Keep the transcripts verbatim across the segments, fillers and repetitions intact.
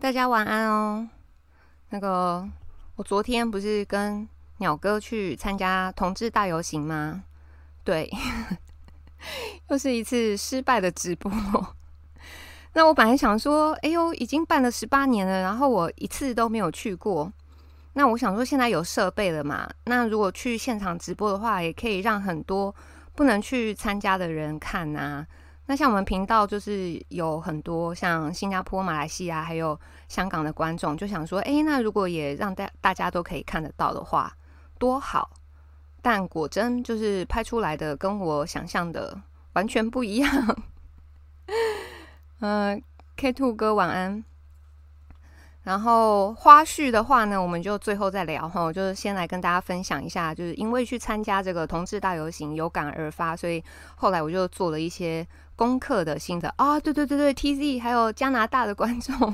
大家晚安哦。那个，我昨天不是跟鸟哥去参加同志大游行吗？对，又是一次失败的直播。那我本来想说，哎呦，已经办了十八年了，然后我一次都没有去过。那我想说，现在有设备了嘛？那如果去现场直播的话，也可以让很多不能去参加的人看啊。那像我们频道就是有很多像新加坡、马来西亚还有香港的观众，就想说，哎，那如果也让大大家都可以看得到的话，多好！但果真就是拍出来的跟我想象的完全不一样。嗯、呃、，K Two 哥晚安。然后花絮的话呢，我们就最后再聊哈，就是先来跟大家分享一下，就是因为去参加这个同志大游行有感而发，所以后来我就做了一些功课的心得啊，对对对对 ，T Z 还有加拿大的观众，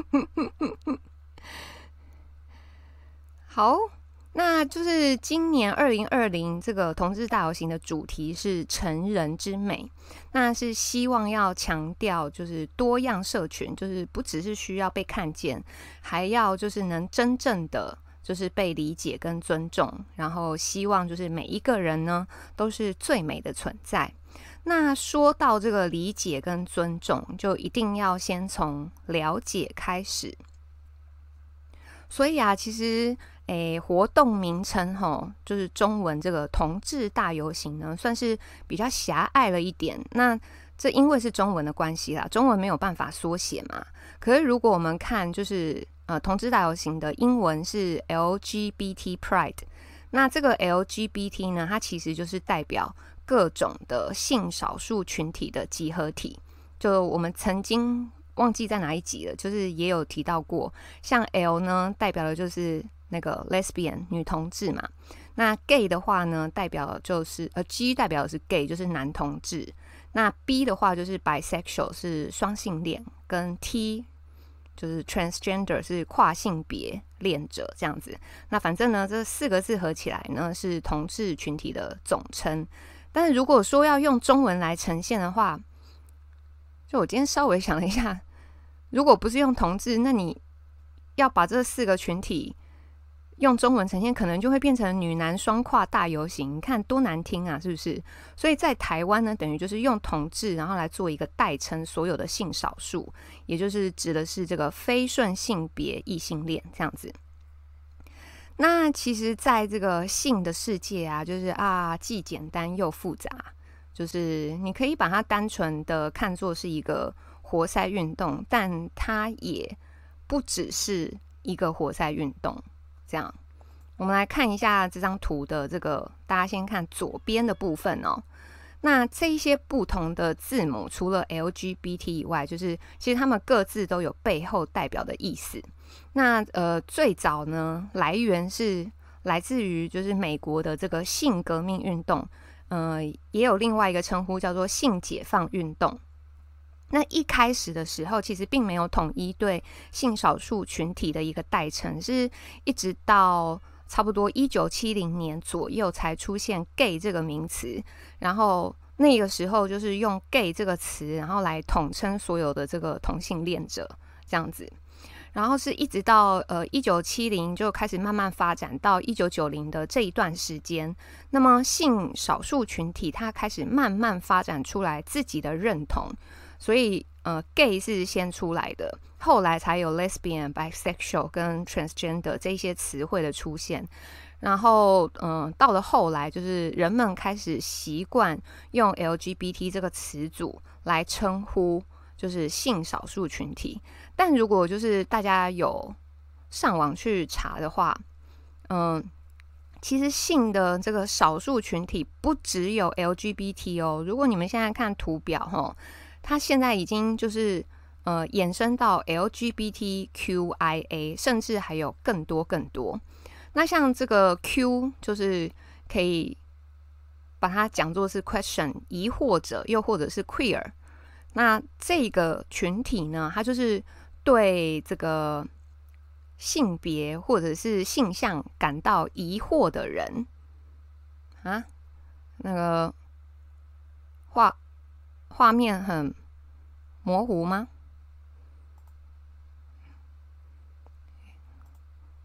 好。那就是今年二零二零这个同志大游行的主题是成人之美，那是希望要强调就是多样社群，就是不只是需要被看见，还要就是能真正的就是被理解跟尊重，然后希望就是每一个人呢都是最美的存在。那说到这个理解跟尊重，就一定要先从了解开始。所以啊，其实诶，活动名称吼，就是中文这个同志大游行呢，算是比较狭隘了一点。那这因为是中文的关系啦，中文没有办法缩写嘛。可是如果我们看，就是呃，同志大游行的英文是 L G B T Pride， 那这个 L G B T 呢，它其实就是代表各种的性少数群体的集合体。就我们曾经忘记在哪一集了，就是也有提到过，像 L 呢，代表的就是那个 lesbian 女同志嘛。那 gay 的话呢，代表就是呃 G 代表的是 gay， 就是男同志。那 B 的话就是 bisexual 是双性恋，跟 T 就是 transgender 是跨性别恋者这样子。那反正呢，这四个字合起来呢是同志群体的总称。但是如果说要用中文来呈现的话，就我今天稍微想了一下，如果不是用同志，那你要把这四个群体用中文呈现，可能就会变成女男双跨大游行，你看多难听啊，是不是？所以在台湾呢，等于就是用同志，然后来做一个代称所有的性少数，也就是指的是这个非顺性别异性恋这样子。那其实在这个性的世界啊，就是啊，既简单又复杂，就是你可以把它单纯的看作是一个活塞运动，但它也不只是一个活塞运动。这样，我们来看一下这张图的这个，大家先看左边的部分哦。那这一些不同的字母，除了 L G B T 以外，就是其实他们各自都有背后代表的意思。那呃，最早呢，来源是来自于就是美国的这个性革命运动，呃，也有另外一个称呼叫做性解放运动。那一开始的时候，其实并没有统一对性少数群体的一个代称，是一直到差不多一九七零年左右才出现 gay 这个名词，然后那个时候就是用 gay 这个词，然后来统称所有的这个同性恋者这样子。然后是一直到呃一九七零就开始慢慢发展到一九九零的这一段时间，那么性少数群体它开始慢慢发展出来自己的认同。所以，呃，gay 是先出来的，后来才有 lesbian、bisexual 跟 transgender 这些词汇的出现。然后，嗯、呃，到了后来，就是人们开始习惯用 L G B T 这个词组来称呼，就是性少数群体。但如果就是大家有上网去查的话，嗯、呃，其实性的这个少数群体不只有 L G B T 哦。如果你们现在看图表，哈。它现在已经就是呃衍生到 L G B T Q I A， 甚至还有更多更多。那像这个 Q 就是可以把它讲作是 question 疑惑者，又或者是 queer。那这个群体呢，它就是对这个性别或者是性向感到疑惑的人啊。那个画画面很模糊吗？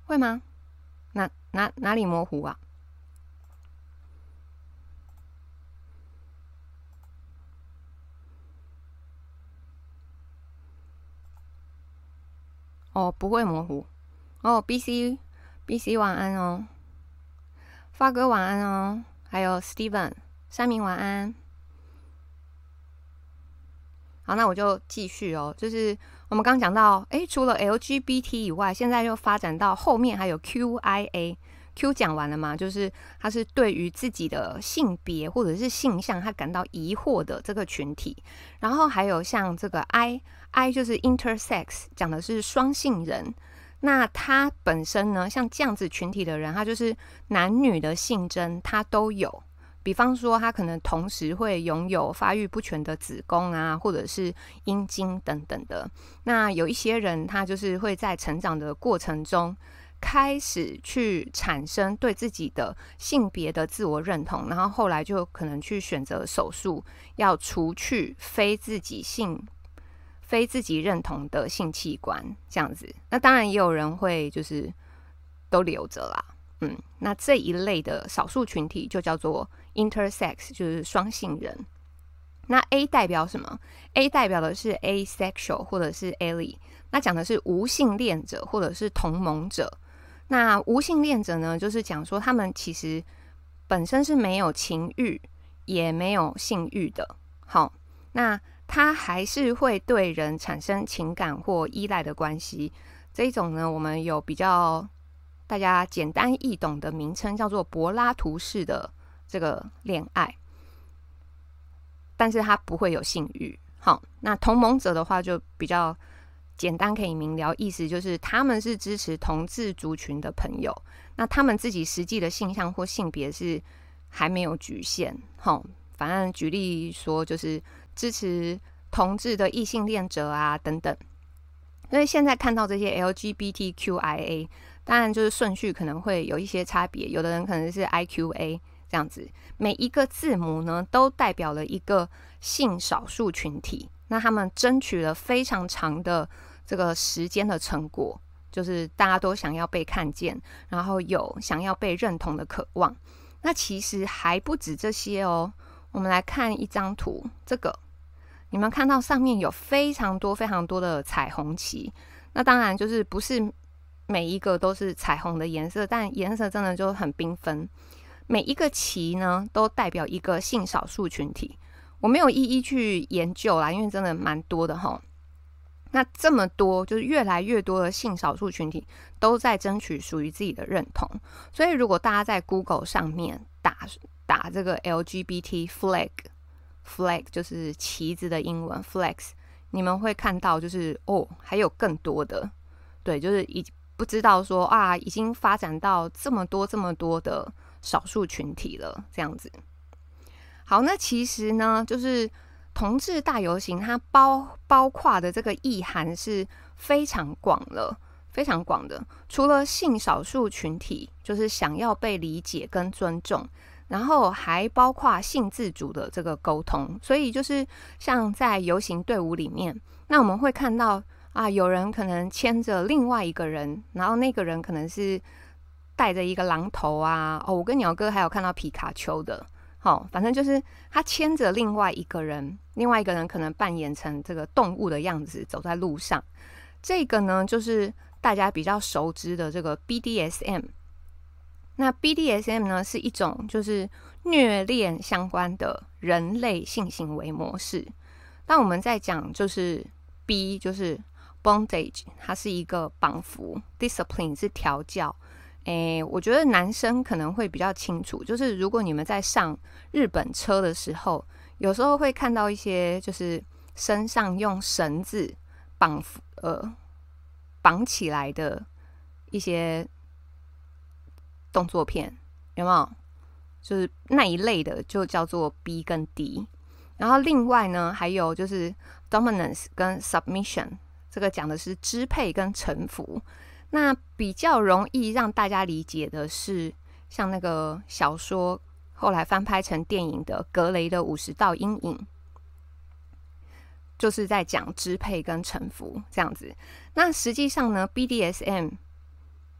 会吗？哪哪哪里模糊啊？哦，不会模糊。哦，B C B C 晚安哦，发哥晚安哦，还有 Steven 山明晚安。好，那我就继续哦。就是我们刚刚讲到，诶，除了 L G B T 以外，现在又发展到后面还有 Q I A。Q 讲完了嘛，就是他是对于自己的性别或者是性向他感到疑惑的这个群体。然后还有像这个 I，I 就是 intersex， 讲的是双性人。那他本身呢，像这样子群体的人，他就是男女的性征他都有。比方说，他可能同时会拥有发育不全的子宫啊，或者是阴茎等等的。那有一些人，他就是会在成长的过程中，开始去产生对自己的性别的自我认同，然后后来就可能去选择手术，要除去非自己性、非自己认同的性器官，这样子。那当然也有人会就是都留着啦。嗯，那这一类的少数群体就叫做 intersex， 就是双性人。那 A 代表什么？ A 代表的是 asexual 或者是 ally， 那讲的是无性恋者或者是同盟者。那无性恋者呢，就是讲说他们其实本身是没有情欲也没有性欲的。好，那他还是会对人产生情感或依赖的关系。这一种呢，我们有比较大家简单易懂的名称，叫做柏拉图式的这个恋爱，但是他不会有性欲。好，那同盟者的话就比较简单可以明了，意思就是他们是支持同志族群的朋友，那他们自己实际的性向或性别是还没有局限。好，反正举例说就是支持同志的异性恋者啊等等。所以现在看到这些 L G B T Q I A， 当然就是顺序可能会有一些差别，有的人可能是 I Q A 这样子。每一个字母呢，都代表了一个性少数群体，那他们争取了非常长的这个时间的成果，就是大家都想要被看见，然后有想要被认同的渴望。那其实还不止这些哦，我们来看一张图，这个你们看到上面有非常多非常多的彩虹旗，那当然就是不是每一个都是彩虹的颜色，但颜色真的就很缤纷。每一个旗呢，都代表一个性少数群体。我没有一一去研究啦，因为真的蛮多的齁。那这么多，就是越来越多的性少数群体都在争取属于自己的认同。所以如果大家在 Google 上面打打这个 L G B T flag，flag 就是旗子的英文 flags， 你们会看到就是哦，还有更多的，对，就是已不知道说啊，已经发展到这么多这么多的少数群体了，这样子。好，那其实呢，就是同志大游行，它包包括的这个意涵是非常广了，非常广的。除了性少数群体，就是想要被理解跟尊重，然后还包括性自主的这个沟通。所以就是像在游行队伍里面，那我们会看到啊，有人可能牵着另外一个人，然后那个人可能是带着一个狼头啊。哦，我跟鸟哥还有看到皮卡丘的。好，反正就是他牵着另外一个人，另外一个人可能扮演成这个动物的样子走在路上。这个呢，就是大家比较熟知的这个 B D S M。那 B D S M 呢，是一种就是虐恋相关的人类性行为模式。当我们在讲就是 B 就是 bondage， 它是一个绑缚 ，discipline 是调教。诶，我觉得男生可能会比较清楚，就是如果你们在上日本车的时候，有时候会看到一些就是身上用绳子绑呃绑起来的一些动作片，有没有？就是那一类的就叫做 B 跟 D。然后另外呢，还有就是 dominance 跟 submission， 这个讲的是支配跟臣服。那比较容易让大家理解的是，像那个小说后来翻拍成电影的《格雷的五十道阴影》，就是在讲支配跟臣服这样子。那实际上呢 ，B D S M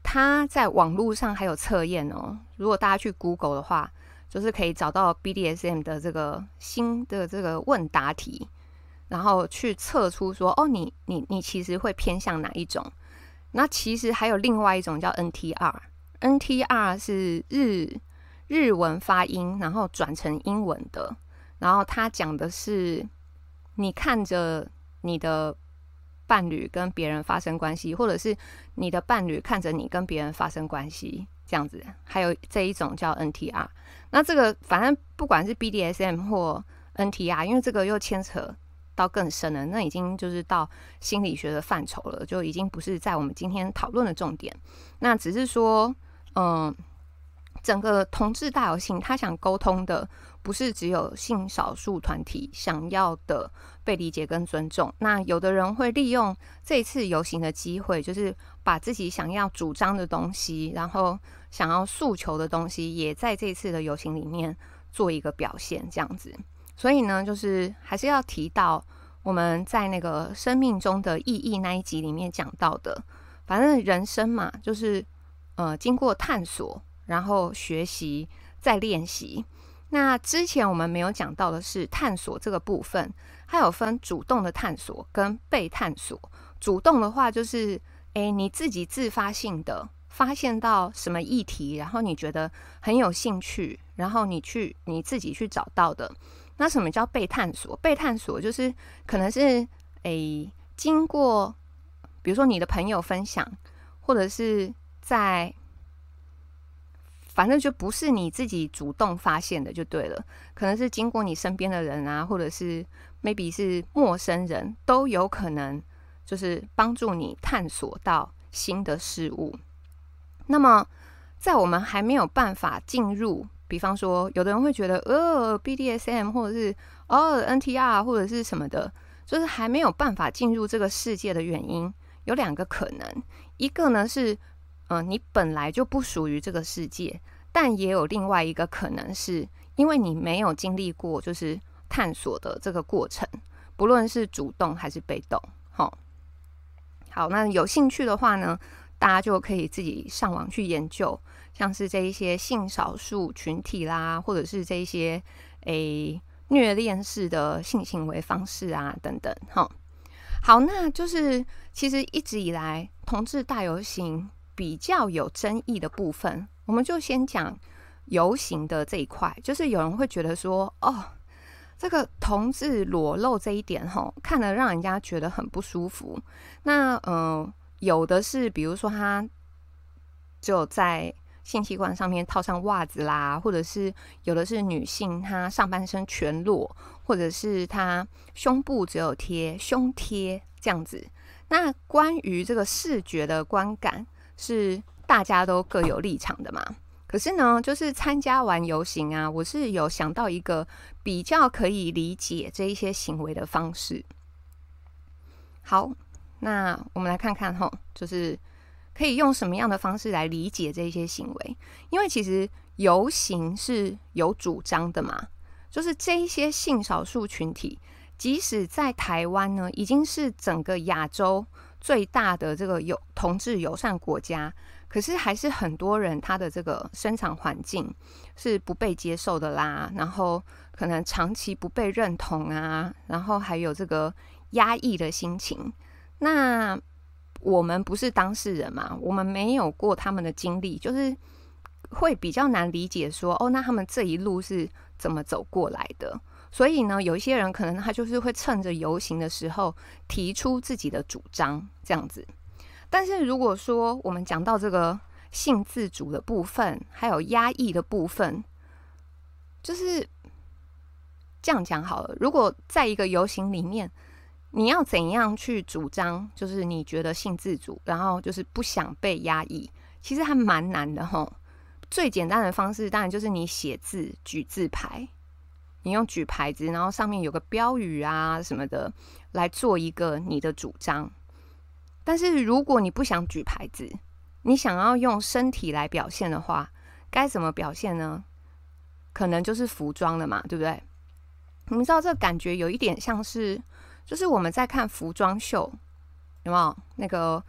它在网络上还有测验哦，如果大家去 Google 的话，就是可以找到 B D S M 的这个新的这个问答题，然后去测出说，哦，你你你其实会偏向哪一种？那其实还有另外一种叫 N T R，N T R 是日日文发音，然后转成英文的，然后它讲的是你看着你的伴侣跟别人发生关系，或者是你的伴侣看着你跟别人发生关系，这样子。还有这一种叫 N T R。那这个反正不管是 B D S M 或 N T R， 因为这个又牵扯到更深了，那已经就是到心理学的范畴了，就已经不是在我们今天讨论的重点。那只是说，嗯，整个同志大游行，他想沟通的不是只有性少数团体想要的被理解跟尊重。那有的人会利用这次游行的机会，就是把自己想要主张的东西，然后想要诉求的东西，也在这次的游行里面做一个表现，这样子。所以呢，就是还是要提到我们在那个生命中的意义那一集里面讲到的，反正人生嘛，就是呃经过探索，然后学习，再练习。那之前我们没有讲到的是探索这个部分，它有分主动的探索跟被探索。主动的话就是，诶，你自己自发性的发现到什么议题，然后你觉得很有兴趣，然后你去你自己去找到的。那什么叫被探索？被探索就是可能是诶经过，比如说你的朋友分享，或者是在反正就不是你自己主动发现的就对了，可能是经过你身边的人啊，或者是 maybe 是陌生人，都有可能就是帮助你探索到新的事物。那么在我们还没有办法进入，比方说有的人会觉得呃 B D S M 或者是哦 N T R 或者是什么的，就是还没有办法进入这个世界的原因有两个可能。一个呢是呃你本来就不属于这个世界，但也有另外一个可能是因为你没有经历过就是探索的这个过程，不论是主动还是被动。好，好，那有兴趣的话呢，大家就可以自己上网去研究，像是这一些性少数群体啦，或者是这一些诶虐恋式的性行为方式啊等等。好，好，那就是其实一直以来同志大游行比较有争议的部分，我们就先讲游行的这一块。就是有人会觉得说，哦，这个同志裸露这一点吼，看了让人家觉得很不舒服。那呃，有的是比如说他就在性器官上面套上袜子啦，或者是有的是女性她上半身全裸，或者是她胸部只有贴胸贴这样子。那关于这个视觉的观感是大家都各有立场的嘛。可是呢，就是参加完游行啊，我是有想到一个比较可以理解这一些行为的方式。好，那我们来看看吼，就是可以用什么样的方式来理解这些行为？因为其实游行是有主张的嘛，就是这一些性少数群体，即使在台湾呢，已经是整个亚洲最大的这个有同志友善国家，可是还是很多人他的这个生长环境是不被接受的啦，然后可能长期不被认同啊，然后还有这个压抑的心情。那我们不是当事人嘛，我们没有过他们的经历，就是会比较难理解说，哦，那他们这一路是怎么走过来的。所以呢，有一些人可能他就是会趁着游行的时候提出自己的主张这样子。但是如果说我们讲到这个性自主的部分，还有压抑的部分，就是这样讲好了。如果在一个游行里面，你要怎样去主张，就是你觉得性自主，然后就是不想被压抑，其实还蛮难的齁。最简单的方式当然就是你写字举字牌，你用举牌子，然后上面有个标语啊什么的，来做一个你的主张。但是如果你不想举牌子，你想要用身体来表现的话，该怎么表现呢？可能就是服装了嘛，对不对？你们知道这个感觉有一点像是，就是我们在看服装秀，有没有？那个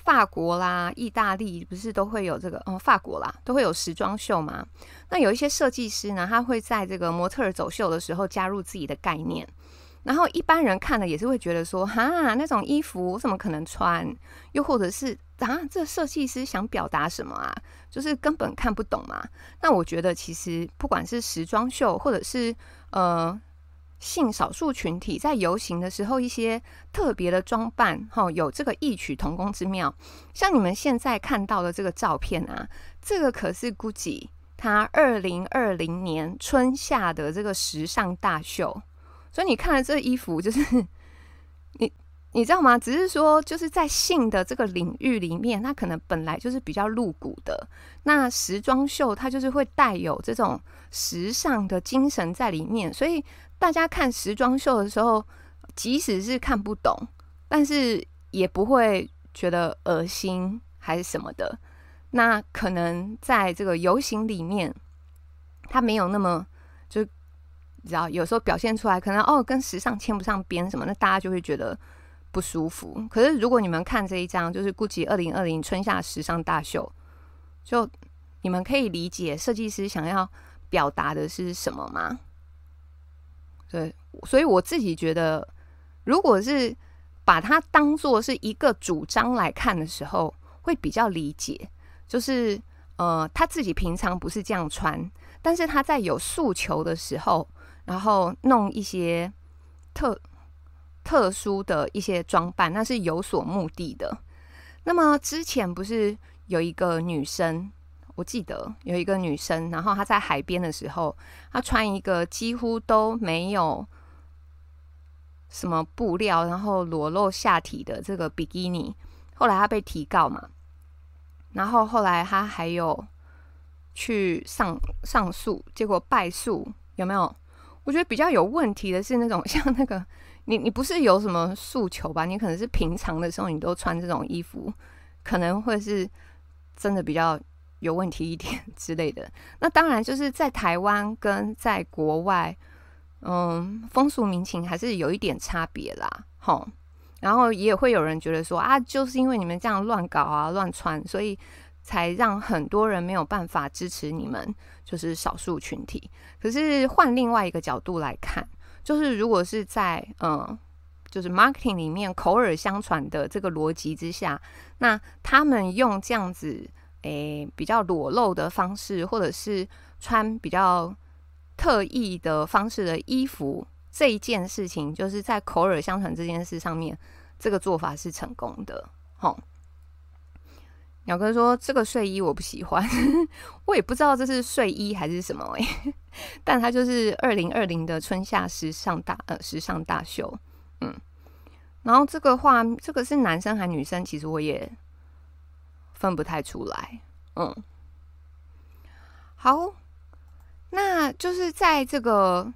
法国啦、意大利不是都会有这个，哦，法国啦都会有时装秀嘛。那有一些设计师呢，他会在这个模特儿走秀的时候加入自己的概念，然后一般人看了也是会觉得说，哈，那种衣服我怎么可能穿？又或者是啊，这设计师想表达什么啊？就是根本看不懂嘛。那我觉得其实不管是时装秀，或者是呃。性少数群体在游行的时候，一些特别的装扮，哦，有这个异曲同工之妙。像你们现在看到的这个照片啊，这个可是 Gucci 它二零二零年春夏的这个时尚大秀。所以你看了这衣服，就是你你知道吗？只是说就是在性的这个领域里面，它可能本来就是比较露骨的。那时装秀它就是会带有这种时尚的精神在里面，所以大家看时装秀的时候，即使是看不懂，但是也不会觉得恶心还是什么的。那可能在这个游行里面，它没有那么就你知道，有时候表现出来可能哦跟时尚牵不上边什么，那大家就会觉得不舒服。可是如果你们看这一张，就是 Gucci 二零二零春夏时尚大秀，就你们可以理解设计师想要表达的是什么吗？对，所以我自己觉得，如果是把它当作是一个主张来看的时候，会比较理解。就是呃，他自己平常不是这样穿，但是他在有诉求的时候，然后弄一些特特殊的一些装扮，那是有所目的的。那么之前不是有一个女生？我记得有一个女生，然后她在海边的时候，她穿一个几乎都没有什么布料，然后裸露下体的这个比基尼。后来她被提告嘛，然后后来她还有去上上诉，结果败诉，有没有？我觉得比较有问题的是那种像那个你你不是有什么诉求吧？你可能是平常的时候你都穿这种衣服，可能会是真的比较有问题一点之类的。那当然就是在台湾跟在国外，嗯，风俗民情还是有一点差别啦，齁。然后也会有人觉得说啊，就是因为你们这样乱搞啊、乱穿，所以才让很多人没有办法支持你们，就是少数群体。可是换另外一个角度来看，就是如果是在嗯，就是 marketing 里面口耳相传的这个逻辑之下，那他们用这样子。诶，比较裸露的方式，或者是穿比较特异的方式的衣服，这一件事情，就是在口耳相传这件事上面，这个做法是成功的。齁，鸟哥说这个睡衣我不喜欢，我也不知道这是睡衣还是什么诶、欸，但它就是二零二零的春夏时尚大呃时尚大秀，嗯，然后这个话，这个是男生还女生，其实我也分不太出来，嗯，好，那就是在这个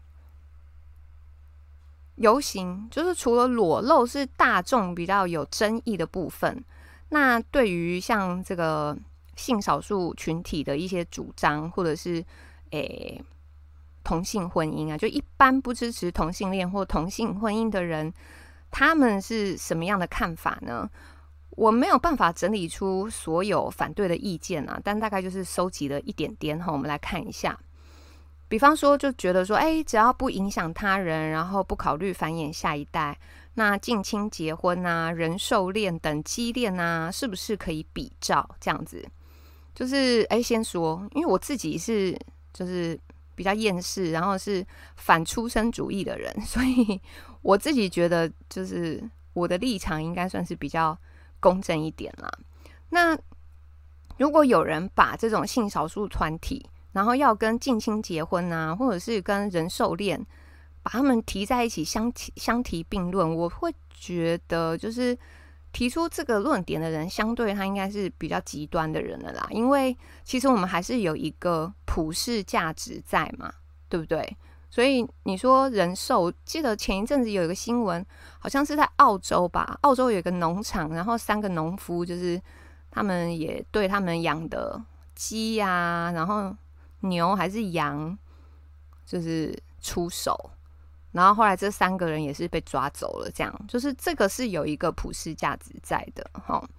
游行，就是除了裸露是大众比较有争议的部分，那对于像这个性少数群体的一些主张，或者是诶同性婚姻啊，就一般不支持同性恋或同性婚姻的人，他们是什么样的看法呢？我没有办法整理出所有反对的意见啊，但大概就是收集了一点点哈，我们来看一下。比方说，就觉得说，哎，只要不影响他人，然后不考虑繁衍下一代，那近亲结婚啊、人兽恋等畸恋啊，是不是可以比照这样子？就是哎，先说，因为我自己是就是比较厌世，然后是反出生主义的人，所以我自己觉得，就是我的立场应该算是比较公正一点啦。那如果有人把这种性少数团体，然后要跟近亲结婚啊，或者是跟人兽恋，把他们提在一起相提相提并论，我会觉得就是提出这个论点的人，相对他应该是比较极端的人了啦。因为其实我们还是有一个普世价值在嘛，对不对？所以你说人兽，记得前一阵子有一个新闻，好像是在澳洲吧，澳洲有一个农场，然后三个农夫就是他们也对他们养的鸡呀、啊，然后牛还是羊，就是出手，然后后来这三个人也是被抓走了，这样就是这个是有一个普世价值在的齁。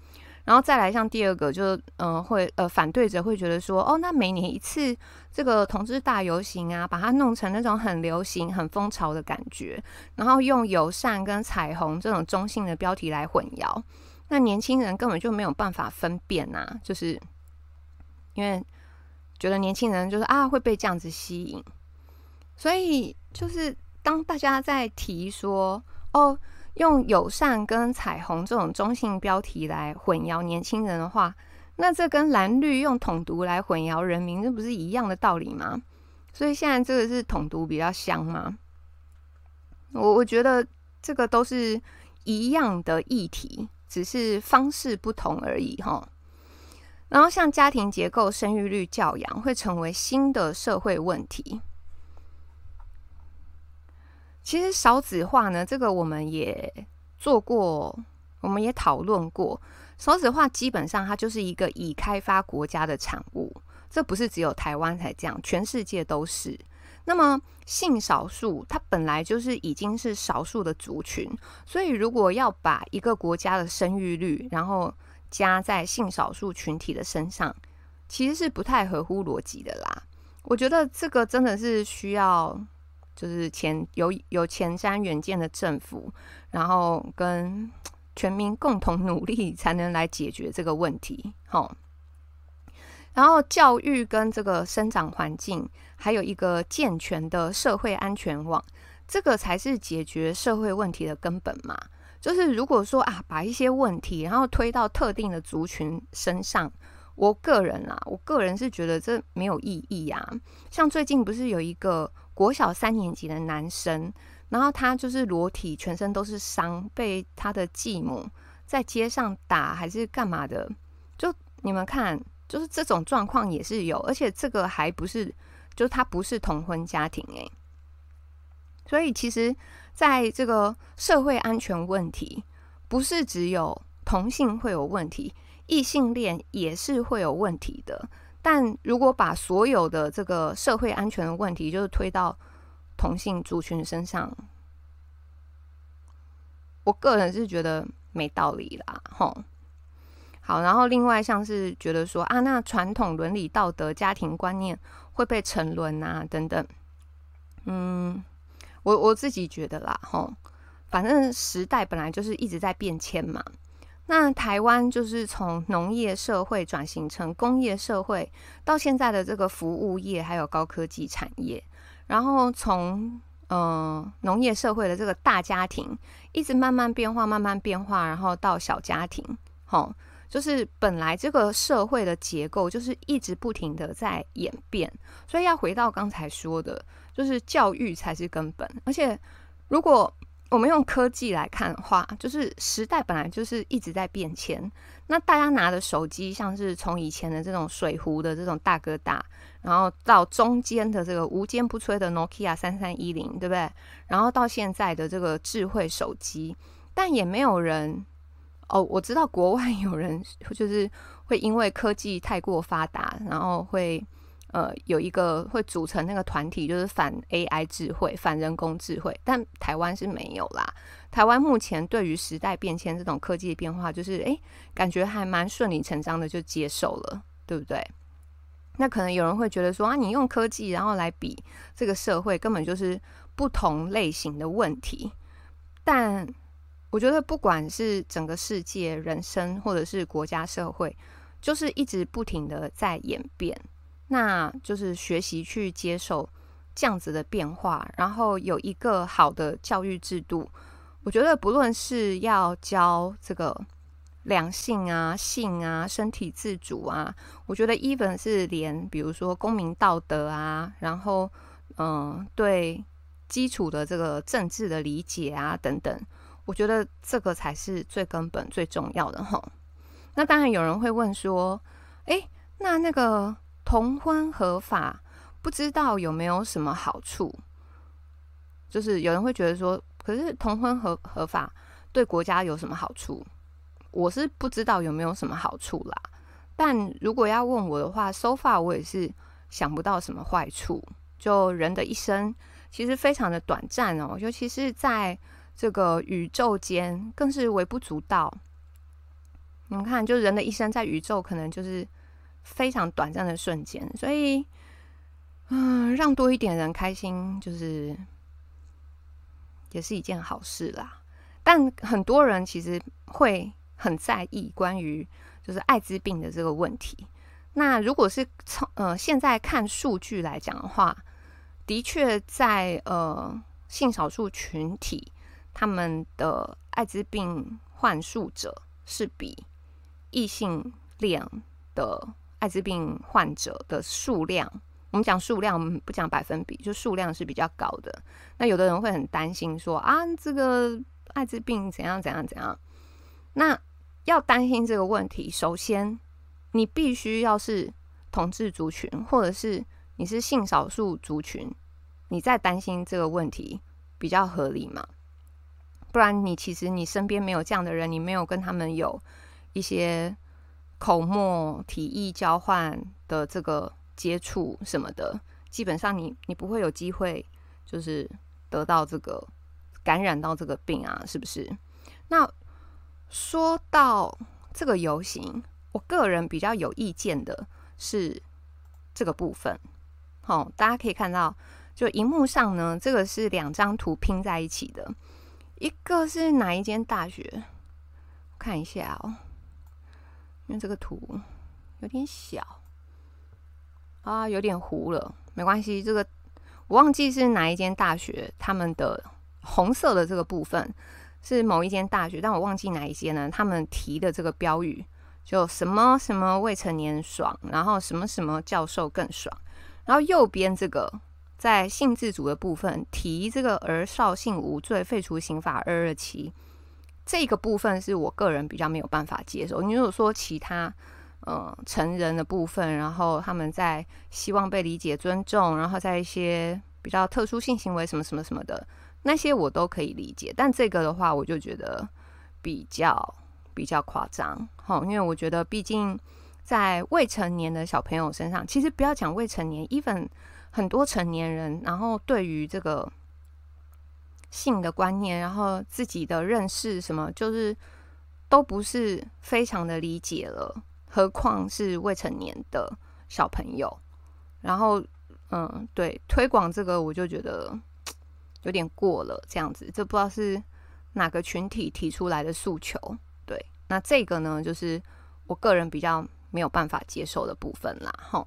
然后再来像第二个就，嗯、呃、会呃反对者会觉得说，哦，那每年一次这个同志大游行啊，把它弄成那种很流行、很风潮的感觉，然后用友善跟彩虹这种中性的标题来混淆，那年轻人根本就没有办法分辨啊，就是因为觉得年轻人就是啊会被这样子吸引，所以就是当大家在提说，哦，用友善跟彩虹这种中性标题来混淆年轻人的话，那这跟蓝绿用统独来混淆人民，这不是一样的道理吗？所以现在这个是统独比较香吗？我我觉得这个都是一样的议题，只是方式不同而已齁。然后像家庭结构、生育率、教养会成为新的社会问题。其实少子化呢，这个我们也做过，我们也讨论过。少子化基本上它就是一个已开发国家的产物，这不是只有台湾才这样，全世界都是。那么性少数它本来就是已经是少数的族群，所以如果要把一个国家的生育率然后加在性少数群体的身上，其实是不太合乎逻辑的啦。我觉得这个真的是需要就是前有有前瞻远见的政府，然后跟全民共同努力才能来解决这个问题。齁，然后教育跟这个生长环境，还有一个健全的社会安全网，这个才是解决社会问题的根本嘛。就是如果说啊，把一些问题然后推到特定的族群身上，我个人啊，我个人是觉得这没有意义啊。像最近不是有一个国小三年级的男生，然后他就是裸体，全身都是伤，被他的继母在街上打还是干嘛的？就你们看，就是这种状况也是有，而且这个还不是，就他不是同婚家庭欸。所以其实在这个社会安全问题，不是只有同性会有问题，异性恋也是会有问题的。但如果把所有的这个社会安全的问题就是推到同性族群身上，我个人是觉得没道理啦。齁，好，然后另外像是觉得说啊，那传统伦理道德、家庭观念会被沉沦啊等等。嗯，我我自己觉得啦，齁，反正时代本来就是一直在变迁嘛。那台湾就是从农业社会转型成工业社会，到现在的这个服务业还有高科技产业，然后从呃农业社会的这个大家庭一直慢慢变化，慢慢变化，然后到小家庭，齁，就是本来这个社会的结构就是一直不停的在演变，所以要回到刚才说的，就是教育才是根本。而且如果我们用科技来看的话，就是时代本来就是一直在变迁。那大家拿的手机，像是从以前的这种水壶的这种大哥大，然后到中间的这个无坚不摧的 Nokia 三三一零，对不对？然后到现在的这个智慧手机，但也没有人哦，我知道国外有人就是会因为科技太过发达，然后会呃，有一个会组成那个团体，就是反 A I 智慧、反人工智慧，但台湾是没有啦。台湾目前对于时代变迁这种科技的变化，就是哎，感觉还蛮顺理成章的就接受了，对不对？那可能有人会觉得说啊，你用科技然后来比这个社会，根本就是不同类型的问题。但我觉得不管是整个世界、人生，或者是国家社会，就是一直不停的在演变。那就是学习去接受这样子的变化，然后有一个好的教育制度。我觉得不论是要教这个两性啊、性啊、身体自主啊，我觉得 even 是连比如说公民道德啊，然后嗯对基础的这个政治的理解啊等等，我觉得这个才是最根本最重要的齁。那当然有人会问说，诶，那那个同婚合法不知道有没有什么好处？就是有人会觉得说，可是同婚合合法对国家有什么好处？我是不知道有没有什么好处啦。但如果要问我的话 so far 我也是想不到什么坏处。就人的一生其实非常的短暂哦，尤其是在这个宇宙间更是微不足道。 你们看，就人的一生在宇宙可能就是非常短暂的瞬间，所以，嗯，让多一点人开心，就是也是一件好事啦。但很多人其实会很在意关于就是艾滋病的这个问题。那如果是从呃现在看数据来讲的话，的确在呃性少数群体，他们的艾滋病患数者是比异性恋的艾滋病患者的数量，我们讲数量，我们不讲百分比，就数量是比较高的。那有的人会很担心说啊，这个艾滋病怎样怎样怎样。那要担心这个问题，首先你必须要是同志族群，或者是你是性少数族群，你再担心这个问题比较合理嘛？不然你其实你身边没有这样的人，你没有跟他们有一些口沫、体液交换的这个接触什么的，基本上你你不会有机会就是得到这个感染到这个病啊，是不是？那说到这个游行，我个人比较有意见的是这个部分。好、哦，大家可以看到，就荧幕上呢，这个是两张图拼在一起的，一个是哪一间大学？看一下哦。因为这个图有点小啊，有点糊了，没关系。这个我忘记是哪一间大学，他们的红色的这个部分是某一间大学，但我忘记哪一间呢？他们提的这个标语就什么什么未成年爽，然后什么什么教授更爽，然后右边这个在性自主的部分提这个儿少性无罪，废除刑法二二七。这个部分是我个人比较没有办法接受。你如果说其他呃成人的部分，然后他们在希望被理解、尊重，然后在一些比较特殊性行为什么什么什么的那些，我都可以理解。但这个的话，我就觉得比较比较夸张，因为我觉得毕竟在未成年的小朋友身上，其实不要讲未成年 ，even 很多成年人，然后对于这个性的观念，然后自己的认识什么，就是都不是非常的理解了，何况是未成年的小朋友。然后，嗯，对，推广这个我就觉得有点过了，这样子，这不知道是哪个群体提出来的诉求。对，那这个呢，就是我个人比较没有办法接受的部分啦，吼。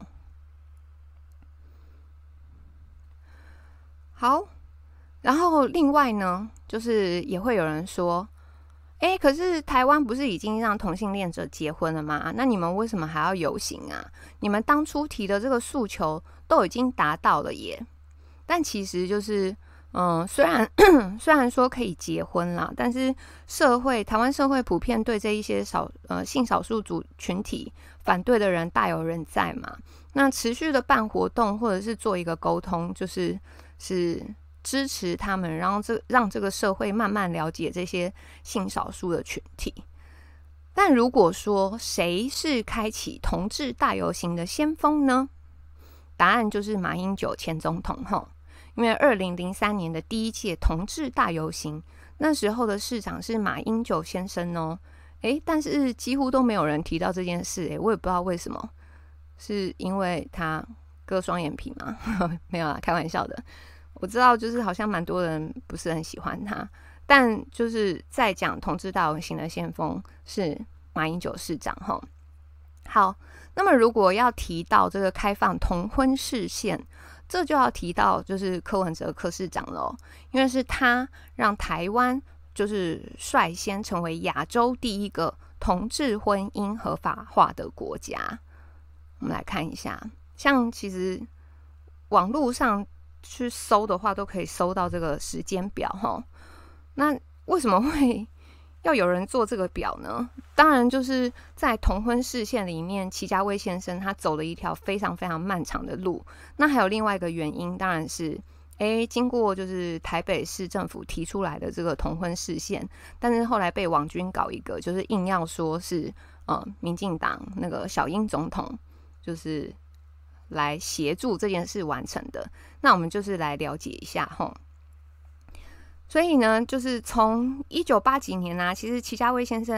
好。然后另外呢，就是也会有人说，哎，可是台湾不是已经让同性恋者结婚了吗？那你们为什么还要游行啊？你们当初提的这个诉求都已经达到了耶。但其实就是，嗯、呃，虽然虽然说可以结婚啦，但是社会台湾社会普遍对这一些少呃性少数族群体反对的人大有人在嘛。那持续的办活动或者是做一个沟通，就是是。支持他们，然后这让这个社会慢慢了解这些性少数的群体。但如果说谁是开启同志大游行的先锋呢？答案就是马英九前总统吼，因为二零零三年的第一届同志大游行，那时候的市长是马英九先生哦。诶，但是几乎都没有人提到这件事，诶，我也不知道为什么，是因为他割双眼皮吗？没有啦，开玩笑的。我知道，就是好像蛮多人不是很喜欢他，但就是在讲同志大游行的先锋是马英九市长哈。好，那么如果要提到这个开放同婚释宪，这就要提到就是柯文哲柯市长了，因为是他让台湾就是率先成为亚洲第一个同志婚姻合法化的国家。我们来看一下，像其实网络上去搜的话，都可以搜到这个时间表齁。那为什么会要有人做这个表呢？当然就是在同婚释宪里面，祁家威先生他走了一条非常非常漫长的路。那还有另外一个原因，当然是诶经过就是台北市政府提出来的这个同婚释宪，但是后来被网军搞一个，就是硬要说是呃民进党那个小英总统就是来协助这件事完成的。那我们就是来了解一下齁。所以呢，就是从一九八几年啊，其实祁家威先生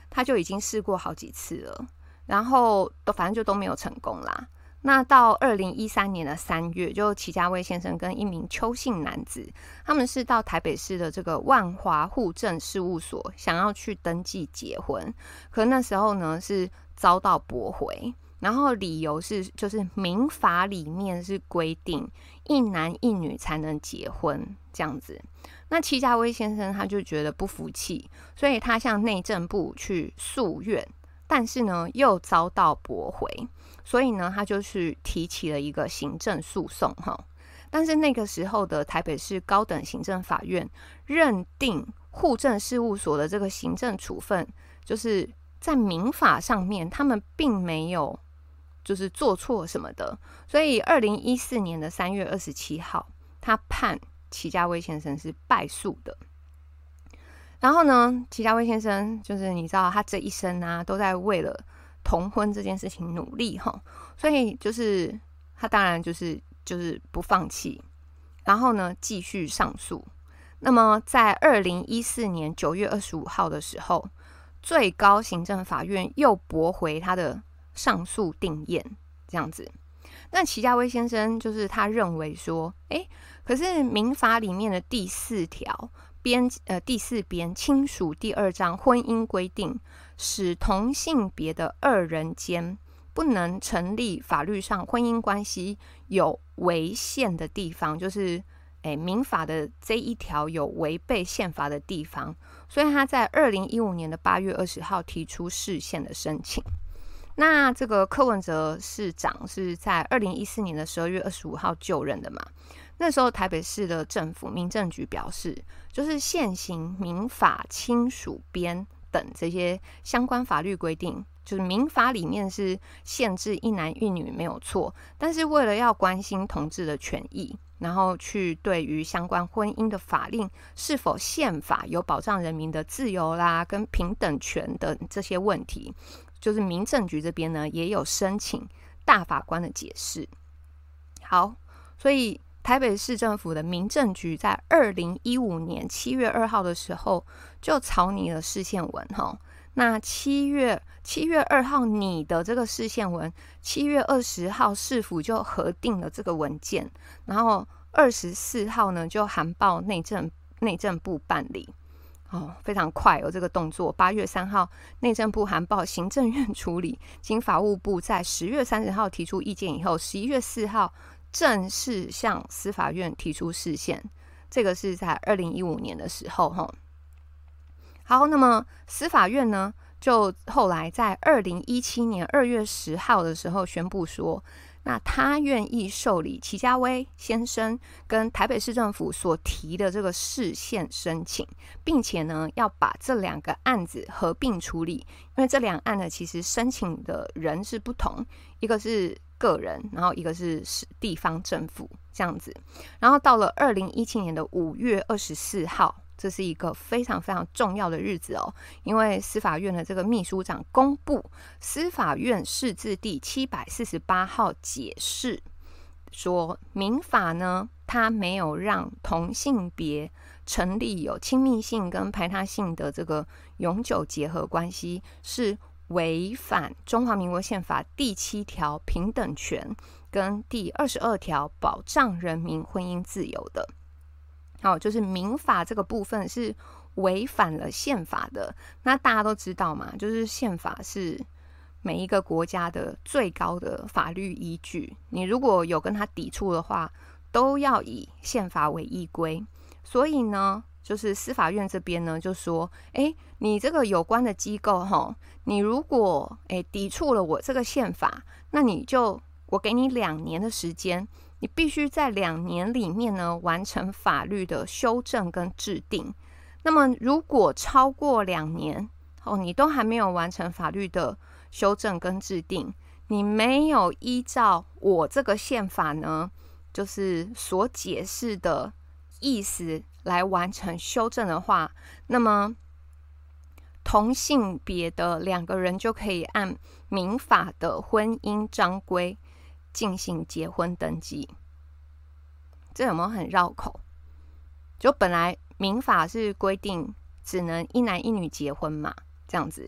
他就已经试过好几次了，然后都反正就都没有成功啦。那到二零一三年的三月，就祁家威先生跟一名邱姓男子，他们是到台北市的这个万华户政事务所想要去登记结婚，可那时候呢是遭到驳回，然后理由是就是民法里面是规定一男一女才能结婚这样子。那祁家威先生他就觉得不服气，所以他向内政部去诉愿，但是呢又遭到驳回，所以呢他就去提起了一个行政诉讼哈。但是那个时候的台北市高等行政法院认定户政事务所的这个行政处分，就是在民法上面他们并没有就是做错什么的，所以二零一四年的三月二十七号，他判祁家威先生是败诉的。然后呢，祁家威先生就是你知道他这一生啊都在为了同婚这件事情努力哈，所以就是他当然就是就是不放弃，然后呢继续上诉。那么在二零一四年九月二十五号的时候，最高行政法院又驳回他的上诉定谳，这样子。那祁家威先生就是他认为说，哎，可是民法里面的第四条编呃第四编亲属第二章婚姻规定，使同性别的二人间不能成立法律上婚姻关系有违宪的地方，就是诶民法的这一条有违背宪法的地方，所以他在二零一五年的八月二十号提出释宪的申请。那这个柯文哲市长是在二零一四年的十二月二十五号就任的嘛？那时候台北市的政府民政局表示，就是现行民法亲属编等这些相关法律规定，就是民法里面是限制一男一女没有错，但是为了要关心同志的权益，然后去对于相关婚姻的法令是否宪法有保障人民的自由啦跟平等权的这些问题，就是民政局这边呢也有申请大法官的解释。好，所以台北市政府的民政局在二零一五年七月二号的时候就草拟了释宪文哈。那七月七月二号拟的这个释宪文，七月二十号市府就核定了这个文件，然后二十四号呢就函报内政内政部办理。哦，非常快哦，这个动作。八月三号，内政部函报行政院处理，经法务部在十月三十号提出意见以后，十一月四号正式向司法院提出释宪。这个是在二零一五年的时候哈。好，那么司法院呢，就后来在二零一七年二月十号的时候宣布说，那他愿意受理祁家威先生跟台北市政府所提的这个释宪申请，并且呢要把这两个案子合并处理，因为这两案呢其实申请的人是不同，一个是个人，然后一个是地方政府这样子。然后到了二零一七年的五月二十四号，这是一个非常非常重要的日子哦，因为司法院的这个秘书长公布司法院释字第七百四十八号解释，说民法呢，它没有让同性别成立有亲密性跟排他性的这个永久结合关系，是违反中华民国宪法第七条平等权跟第二十二条保障人民婚姻自由的。好，就是民法这个部分是违反了宪法的。那大家都知道嘛，就是宪法是每一个国家的最高的法律依据，你如果有跟它抵触的话，都要以宪法为依归。所以呢，就是司法院这边呢就说，哎，你这个有关的机构齁，你如果哎抵触了我这个宪法，那你就我给你两年的时间，你必须在两年里面呢完成法律的修正跟制定。那么如果超过两年哦，你都还没有完成法律的修正跟制定，你没有依照我这个宪法呢，就是所解释的意思来完成修正的话，那么同性别的两个人就可以按民法的婚姻章规进行结婚登记。这有没有很绕口？就本来民法是规定只能一男一女结婚嘛，这样子。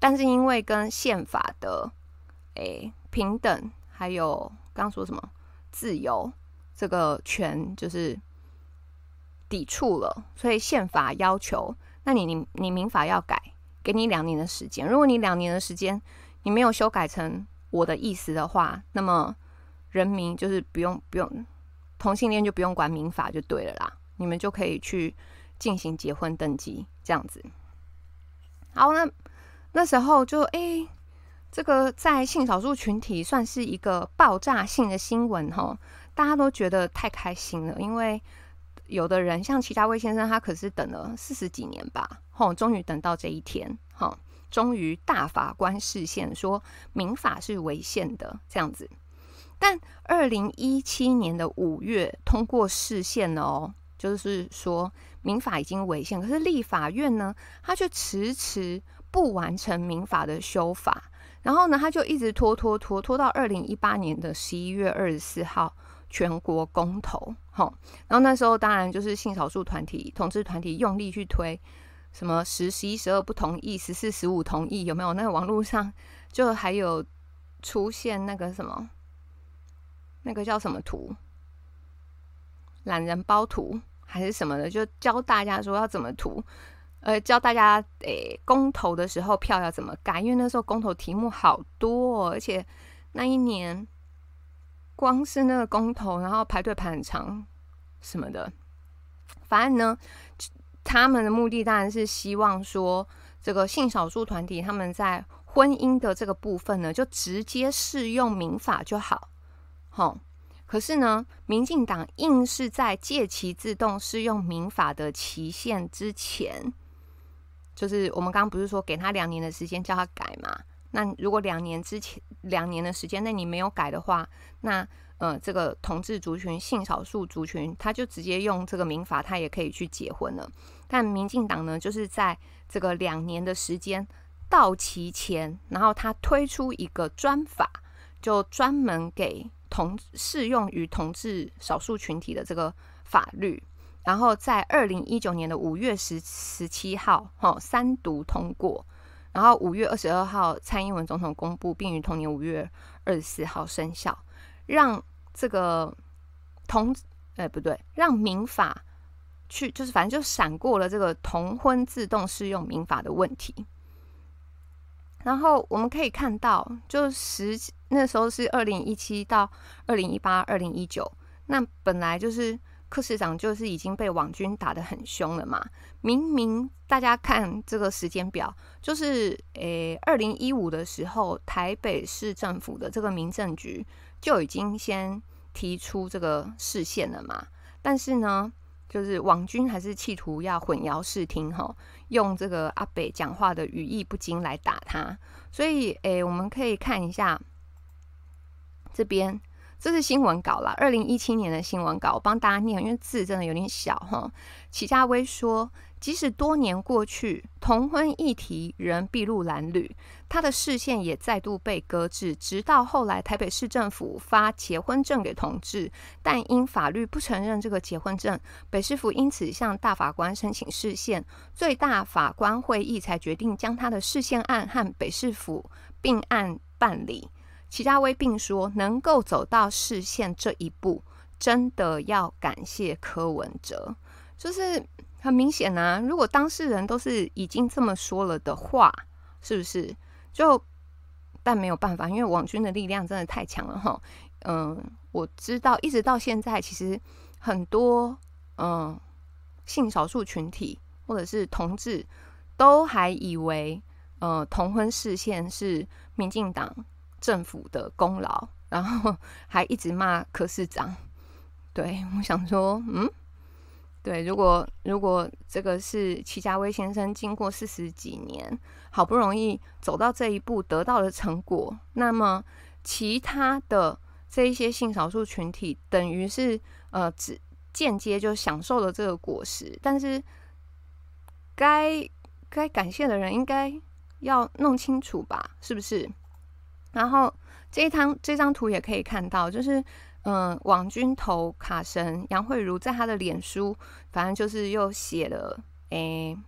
但是因为跟宪法的诶平等，还有刚刚说什么自由这个权就是抵触了，所以宪法要求，那你你你民法要改，给你两年的时间。如果你两年的时间你没有修改成我的意思的话，那么人民就是不用不用同性恋就不用管民法就对了啦，你们就可以去进行结婚登记这样子。好，那那时候就哎、欸，这个在性少数群体算是一个爆炸性的新闻齁，大家都觉得太开心了，因为有的人像祁家威先生，他可是等了四十几年吧，齁，终于等到这一天，齁，终于大法官释宪说民法是违宪的这样子。但二零一七年的五月通过释宪了哦，就是说民法已经违宪，可是立法院呢，他却迟迟不完成民法的修法，然后呢，他就一直拖拖拖拖到二零一八年的十一月二十四号全国公投，齁，然后那时候当然就是性少数团体、同志团体用力去推，什么十、十一、十二不同意，十四、十五同意，有没有？那个网络上就还有出现那个什么，那个叫什么图，懒人包图还是什么的，就教大家说要怎么涂，呃，教大家诶公投的时候票要怎么改，因为那时候公投题目好多哦，而且那一年光是那个公投，然后排队排很长什么的。反正呢，他们的目的当然是希望说，这个性少数团体他们在婚姻的这个部分呢，就直接适用民法就好。齁，可是呢，民进党硬是在届期自动适用民法的期限之前，就是我们刚刚不是说给他两年的时间叫他改嘛？那如果两年之前两年的时间内你没有改的话，那呃这个同志族群、性少数族群，他就直接用这个民法，他也可以去结婚了。但民进党呢，就是在这个两年的时间到期前，然后他推出一个专法，就专门给同适用于同志少数群体的这个法律，然后在二零一九年的五月十十七号，哦，三读通过，然后五月二十二号蔡英文总统公布，并于同年五月二十四号生效，让这个同，哎不对，让民法去，就是反正就闪过了这个同婚自动适用民法的问题。然后我们可以看到，就十那时候是二零一七到二零一八、二零一九，那本来就是柯市长就是已经被网军打得很凶了嘛。明明大家看这个时间表，就是诶二零一五的时候，台北市政府的这个民政局就已经先提出这个释宪了嘛。但是呢，就是网军还是企图要混淆视听齁，用这个阿北讲话的语义不精来打他。所以诶我们可以看一下这边，这是新闻稿啦，二零一七年的新闻稿，我帮大家念，因为字真的有点小齁。祁家威说，即使多年过去，同婚议题仍筚路蓝缕，他的视线也再度被搁置，直到后来台北市政府发结婚证给同志，但因法律不承认这个结婚证，北市府因此向大法官申请释宪，最大法官会议才决定将他的释宪案和北市府并案办理。祁家威并说，能够走到释宪这一步，真的要感谢柯文哲。就是很明显啊，如果当事人都是已经这么说了的话，是不是就？但没有办法，因为网军的力量真的太强了哈。嗯，我知道，一直到现在，其实很多嗯性少数群体或者是同志，都还以为呃同婚释宪是民进党政府的功劳，然后还一直骂柯市长。对，我想说，嗯。对，如果如果这个是祁家威先生经过四十几年好不容易走到这一步得到的成果，那么其他的这一些性少数群体等于是呃只间接就享受了这个果实，但是该该感谢的人应该要弄清楚吧，是不是？然后这一张这张图也可以看到，就是嗯，网军头卡神杨慧如在他的脸书，反正就是又写了，诶，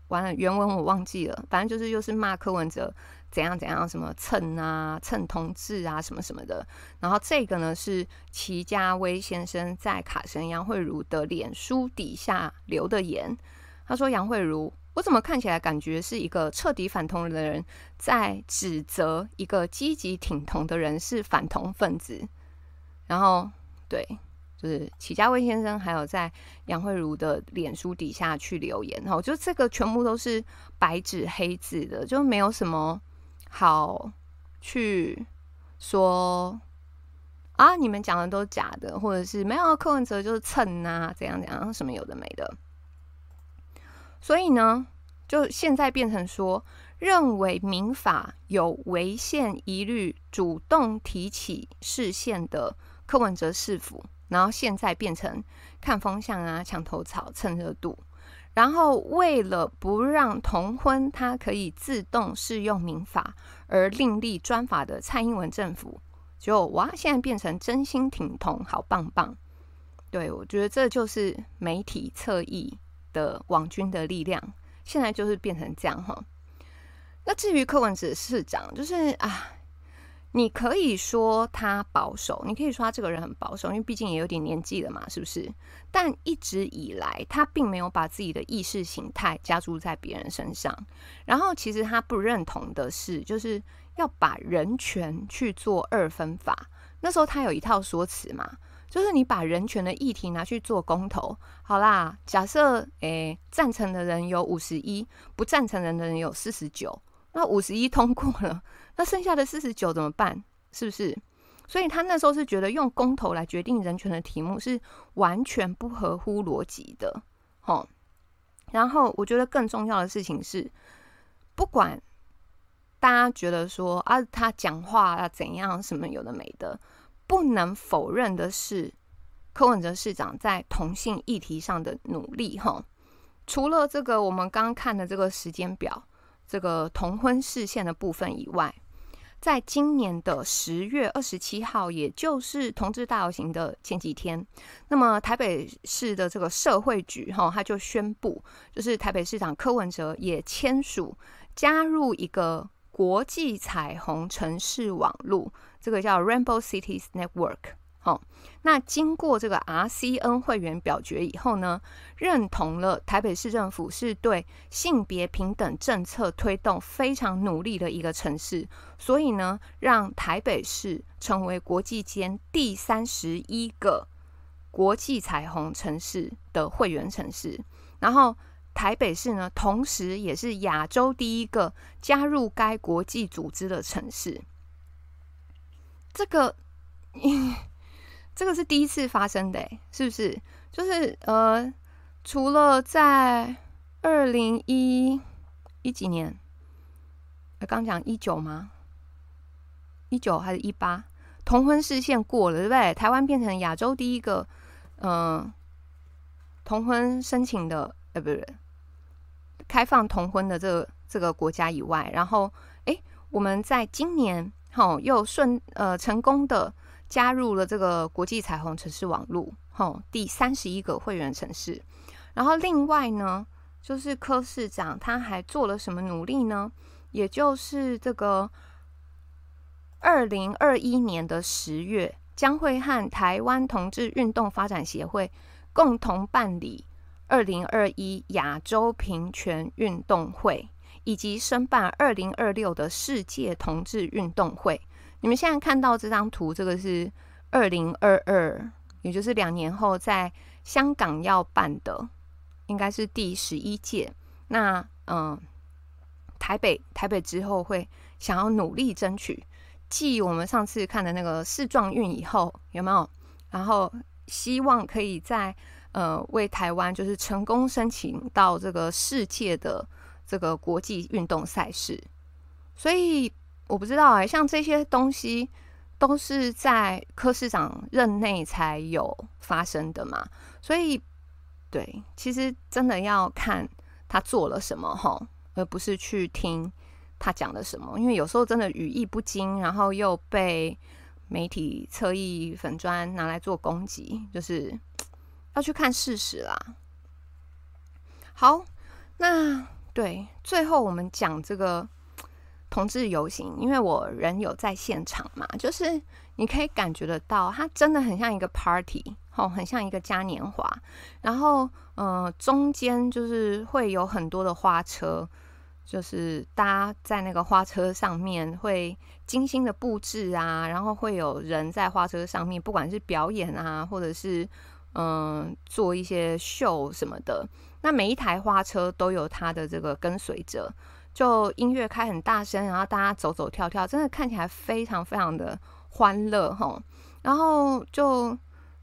完了原文我忘记了，反正就是又是骂柯文哲怎样怎样，什么蹭啊、蹭同志啊什么什么的。然后这个呢是齐家威先生在卡神杨慧如的脸书底下留的言，他说杨慧如，我怎么看起来感觉是一个彻底反同的人在指责一个积极挺同的人是反同分子。然后对，就是齐家威先生还有在杨慧如的脸书底下去留言，然后就这个全部都是白纸黑字的，就没有什么好去说啊你们讲的都是假的，或者是没有柯文哲就是蹭啊怎样怎样什么有的没的。所以呢就现在变成说认为民法有违宪疑虑主动提起释宪的柯文哲市府，然后现在变成看风向啊、墙头草、蹭热度。然后为了不让同婚它可以自动适用民法而另立专法的蔡英文政府，就哇现在变成真心挺同，好棒棒。对，我觉得这就是媒体侧翼的网军的力量，现在就是变成这样哈。那至于柯文哲市长，就是啊，你可以说他保守，你可以说他这个人很保守，因为毕竟也有点年纪了嘛，是不是？但一直以来，他并没有把自己的意识形态加注在别人身上。然后，其实他不认同的是，就是要把人权去做二分法。那时候他有一套说辞嘛，就是你把人权的议题拿去做公投，好啦，假设诶赞成的人有五十一，不赞成的人有四十九。那五十一通过了，那剩下的四十九怎么办？是不是？所以他那时候是觉得用公投来决定人权的题目是完全不合乎逻辑的。齁，然后我觉得更重要的事情是，不管大家觉得说啊他讲话啊怎样什么有的没的，不能否认的是柯文哲市长在同性议题上的努力。齁，除了这个我们刚刚看的这个时间表，这个同婚释宪的部分以外，在今年的十月二十七号，也就是同志大游行的前几天，那么台北市的这个社会局哈，他就宣布，就是台北市长柯文哲也签署加入一个国际彩虹城市网路，这个叫 Rainbow Cities Network。哦，那经过这个 R C N 会员表决以后呢，认同了台北市政府是对性别平等政策推动非常努力的一个城市，所以呢，让台北市成为国际间第三十一个国际彩虹城市的会员城市，然后台北市呢，同时也是亚洲第一个加入该国际组织的城市。这个。这个是第一次发生的，是不是？就是呃，除了在二零一一几年，刚讲一九吗？一九还是一八？同婚释宪过了，对不对？台湾变成亚洲第一个嗯、呃、同婚申请的，呃，不是开放同婚的这个这个国家以外，然后哎，我们在今年齁又顺呃成功的。加入了这个国际彩虹城市网路，齁，第三十一个会员城市。然后另外呢，就是柯市长他还做了什么努力呢？也就是这个二零二一年的十月，将会和台湾同志运动发展协会共同办理二零二一亚洲平权运动会，以及申办二零二六的世界同志运动会。你们现在看到这张图，这个是二零二二，也就是两年后在香港要办的，应该是第十一届。那嗯、呃，台北台北之后会想要努力争取，继我们上次看的那个世壮运以后，有没有？然后希望可以在呃为台湾就是成功申请到这个世界的这个国际运动赛事，所以。我不知道哎、欸，像这些东西都是在柯市长任内才有发生的嘛，所以对，其实真的要看他做了什么齁，而不是去听他讲了什么，因为有时候真的语义不精，然后又被媒体侧翼粉专拿来做攻击，就是要去看事实啦。好，那对，最后我们讲这个同志游行，因为我人有在现场嘛，就是你可以感觉得到，它真的很像一个 party， 哦，很像一个嘉年华。然后，呃，中间就是会有很多的花车，就是大家在那个花车上面会精心的布置啊，然后会有人在花车上面，不管是表演啊，或者是嗯、呃、做一些秀什么的。那每一台花车都有它的这个跟随者，就音乐开很大声，然后大家走走跳跳，真的看起来非常非常的欢乐齁。然后就，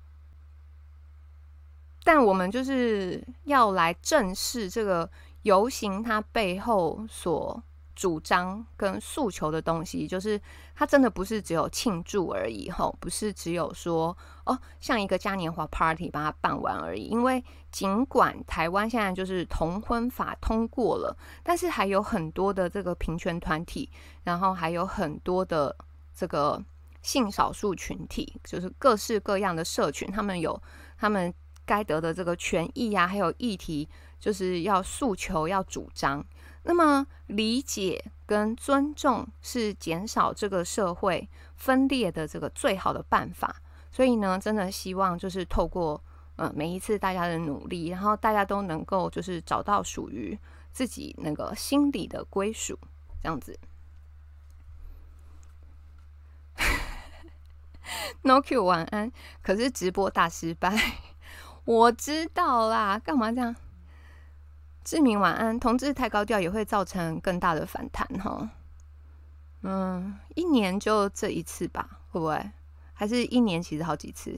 但我们就是要来正视这个游行它背后所主张跟诉求的东西，就是它真的不是只有庆祝而已吼，不是只有说哦像一个嘉年华 party 把它办完而已。因为尽管台湾现在就是同婚法通过了，但是还有很多的这个平权团体，然后还有很多的这个性少数群体，就是各式各样的社群，他们有他们该得的这个权益啊，还有议题，就是要诉求要主张。那么理解跟尊重是减少这个社会分裂的这个最好的办法。所以呢，真的希望就是透过呃每一次大家的努力，然后大家都能够就是找到属于自己那个心理的归属，这样子。No Q 晚安，可是直播大失败。我知道啦，干嘛这样？志明晚安，同志太高调也会造成更大的反弹哈。嗯，一年就这一次吧，会不会？还是一年其实好几次？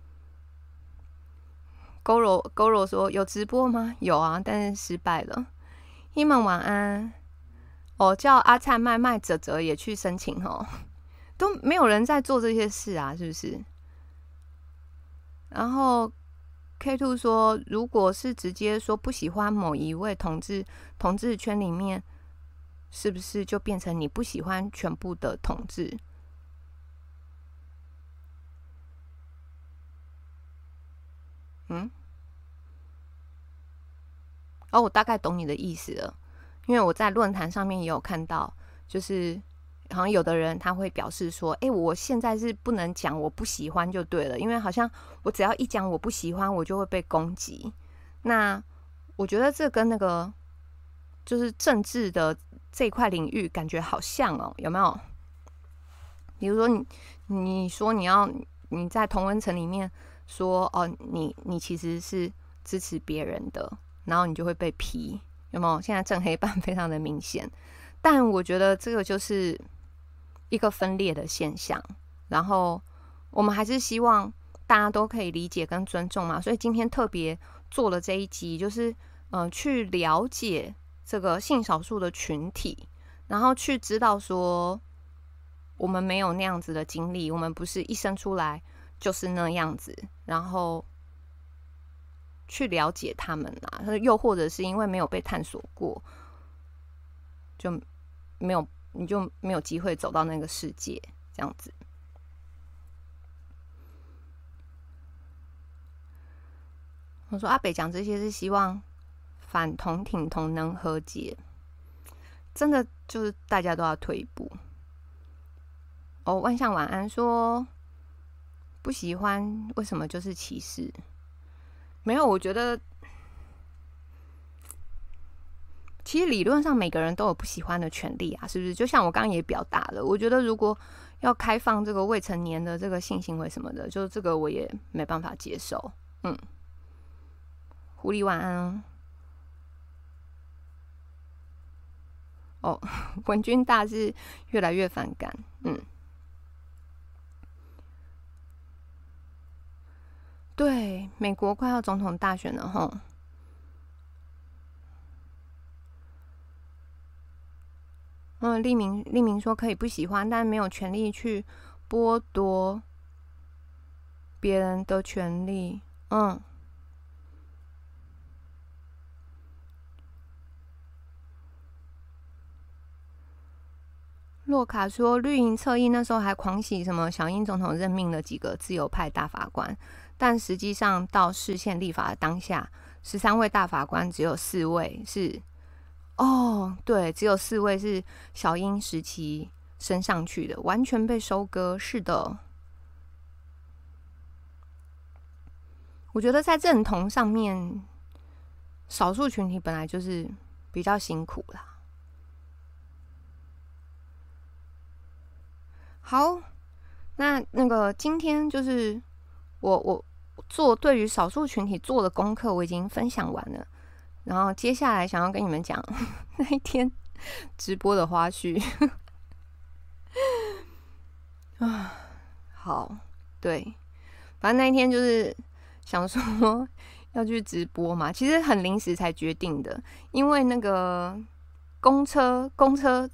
勾柔勾柔说有直播吗？有啊，但是失败了。一们晚安，哦，叫阿灿麦麦泽泽也去申请哦，都没有人在做这些事啊，是不是？然后 K 二 说，如果是直接说不喜欢某一位同志，同志圈里面是不是就变成你不喜欢全部的同志？嗯，哦，我大概懂你的意思了，因为我在论坛上面也有看到，就是好像有的人他会表示说，哎、欸，我现在是不能讲我不喜欢就对了，因为好像我只要一讲我不喜欢，我就会被攻击。那我觉得这跟那个就是政治的这一块领域感觉好像哦，有没有？比如说你你说你要你在同温层里面说哦，你你其实是支持别人的，然后你就会被批，有没有？现在正黑板非常的明显，但我觉得这个就是一个分裂的现象，然后我们还是希望大家都可以理解跟尊重嘛，所以今天特别做了这一集，就是嗯、呃，去了解这个性少数的群体，然后去知道说我们没有那样子的经历，我们不是一生出来就是那样子，然后去了解他们啊，又或者是因为没有被探索过，就没有你就没有机会走到那个世界，这样子。我说阿北讲这些是希望反同挺同能和解，真的就是大家都要退一步。哦，万象晚安说不喜欢为什么就是歧视？没有，我觉得其实理论上每个人都有不喜欢的权利啊，是不是？就像我刚刚也表达了，我觉得如果要开放这个未成年的这个性行为什么的，就这个我也没办法接受。嗯，狐狸晚安。哦，文君大是越来越反感。嗯，对，美国快要总统大选了吼。嗯，立明立明说可以不喜欢，但没有权利去剥夺别人的权利。嗯，洛卡说绿营侧翼那时候还狂喜什么小英总统任命了几个自由派大法官，但实际上到释宪立法的当下，十三位大法官只有四位是哦，对，只有四位是小英时期升上去的，完全被收割。是的，我觉得在认同上面，少数群体本来就是比较辛苦啦。好，那那个今天就是我我做对于少数群体做的功课，我已经分享完了。然后接下来想要跟你们讲那一天直播的花絮啊，好，对，反正那一天就是想说要去直播嘛，其实很临时才决定的，因为那个公车公车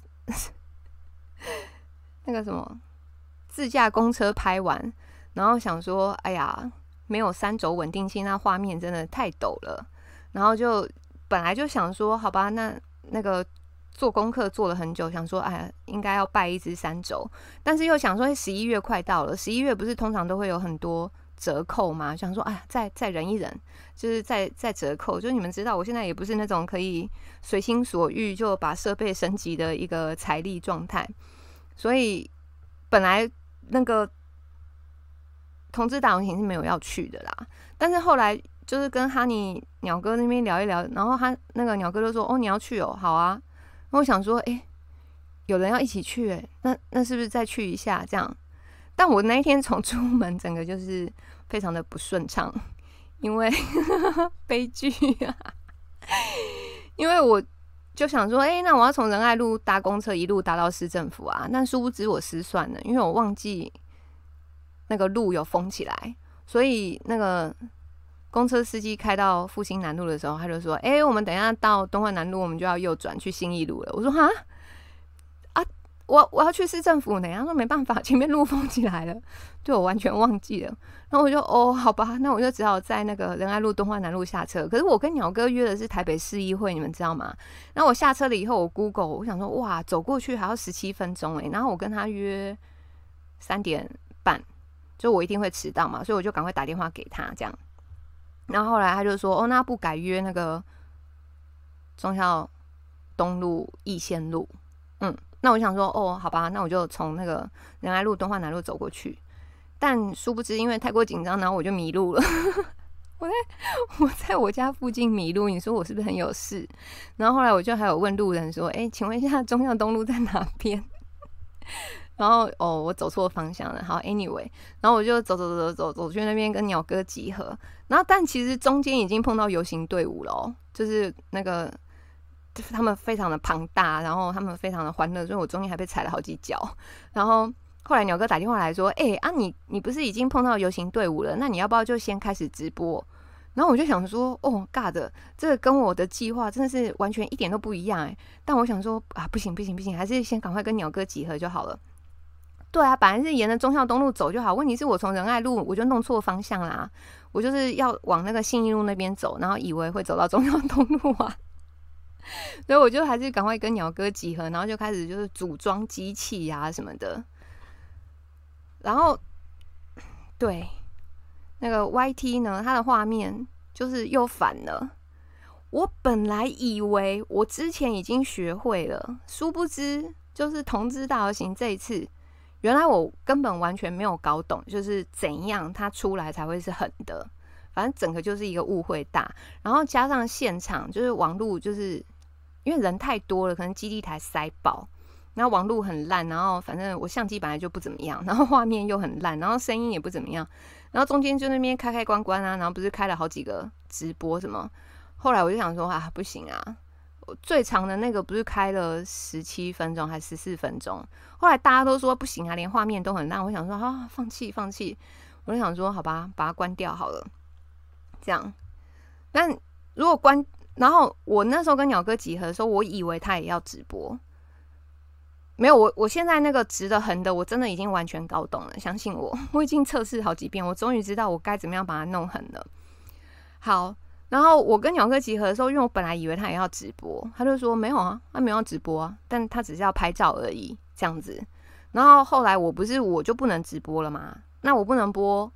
那个什么自驾公车拍完，然后想说，哎呀，没有三轴稳定器，那画面真的太陡了，然后就本来就想说，好吧，那那个做功课做了很久，想说，哎呀，应该要拜一支三轴，但是又想说，十一月快到了，十一月不是通常都会有很多折扣嘛？想说，哎呀，再再忍一忍，就是再再折扣。就是你们知道，我现在也不是那种可以随心所欲就把设备升级的一个财力状态，所以本来那个同志大游行是没有要去的啦。但是后来就是跟哈尼鸟哥那边聊一聊，然后他那个鸟哥就说：“哦，你要去哦，好啊。”然后我想说，哎、欸，有人要一起去、欸，哎，那那是不是再去一下这样？但我那一天从出门，整个就是非常的不顺畅，因为悲剧啊！因为我就想说，哎、欸，那我要从仁爱路搭公车一路搭到市政府啊，但殊不知我失算了，因为我忘记那个路有封起来，所以那个公车司机开到复兴南路的时候，他就说：“哎、欸，我们等一下到东华南路，我们就要右转去信义路了。”我说：“哈啊，我我要去市政府呢。”他说：“没办法，前面路封起来了。”对，我完全忘记了。然后我就哦，好吧，那我就只好在那个仁爱路、东华南路下车。可是我跟鸟哥约的是台北市议会，你们知道吗？然后我下车了以后，我 Google， 我想说，哇，走过去还要十七分钟哎。然后我跟他约三点半，就我一定会迟到嘛，所以我就赶快打电话给他这样。然后后来他就说：“哦，那不改约那个忠孝东路义县路。”嗯，那我想说，哦，好吧，那我就从那个仁爱路、东华南路走过去。但殊不知，因为太过紧张，然后我就迷路了。我在我在我家附近迷路，你说我是不是很有事？然后后来我就还有问路人说：“哎、欸，请问一下忠孝东路在哪边？”然后哦，我走错方向了。好 ，anyway， 然后我就走走走走走去那边跟鸟哥集合。然后，但其实中间已经碰到游行队伍了、哦，就是那个他们非常的庞大，然后他们非常的欢乐，所以我中间还被踩了好几脚。然后后来鸟哥打电话来说：“哎、欸、啊你，你你不是已经碰到游行队伍了？那你要不要就先开始直播？”然后我就想说：“哦 ，God， 这个跟我的计划真的是完全一点都不一样哎。”但我想说啊，不行不行不行，还是先赶快跟鸟哥集合就好了。对啊，本来是沿着忠孝东路走就好，问题是我从仁爱路我就弄错方向啦，我就是要往那个信义路那边走，然后以为会走到忠孝东路啊，所以我就还是赶快跟鸟哥集合，然后就开始就是组装机器啊什么的，然后对那个 Y T 呢，它的画面就是又反了。我本来以为我之前已经学会了，殊不知就是同志大游行这一次。原来我根本完全没有搞懂，就是怎样它出来才会是横的，反正整个就是一个误会大。然后加上现场就是网路，就是因为人太多了，可能基地台塞爆，然后网路很烂，然后反正我相机本来就不怎么样，然后画面又很烂，然后声音也不怎么样，然后中间就那边开开关关啊，然后不是开了好几个直播什么，后来我就想说啊，不行啊。最长的那个不是开了十七分钟还是十四分钟？后来大家都说不行啊，连画面都很烂。我想说啊，放弃放弃。我就想说好吧，把它关掉好了。这样，但如果关，然后我那时候跟鸟哥集合的时候，我以为他也要直播，没有。我我现在那个直的横的，我真的已经完全搞懂了，相信我，我已经测试好几遍，我终于知道我该怎么样把它弄横了。好。然后我跟鸟哥集合的时候，因为我本来以为他也要直播，他就说没有啊，他没有要直播啊，但他只是要拍照而已，这样子。然后后来我不是我就不能直播了吗？那我不能播，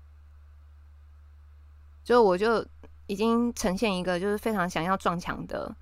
就我就已经呈现一个就是非常想要撞墙的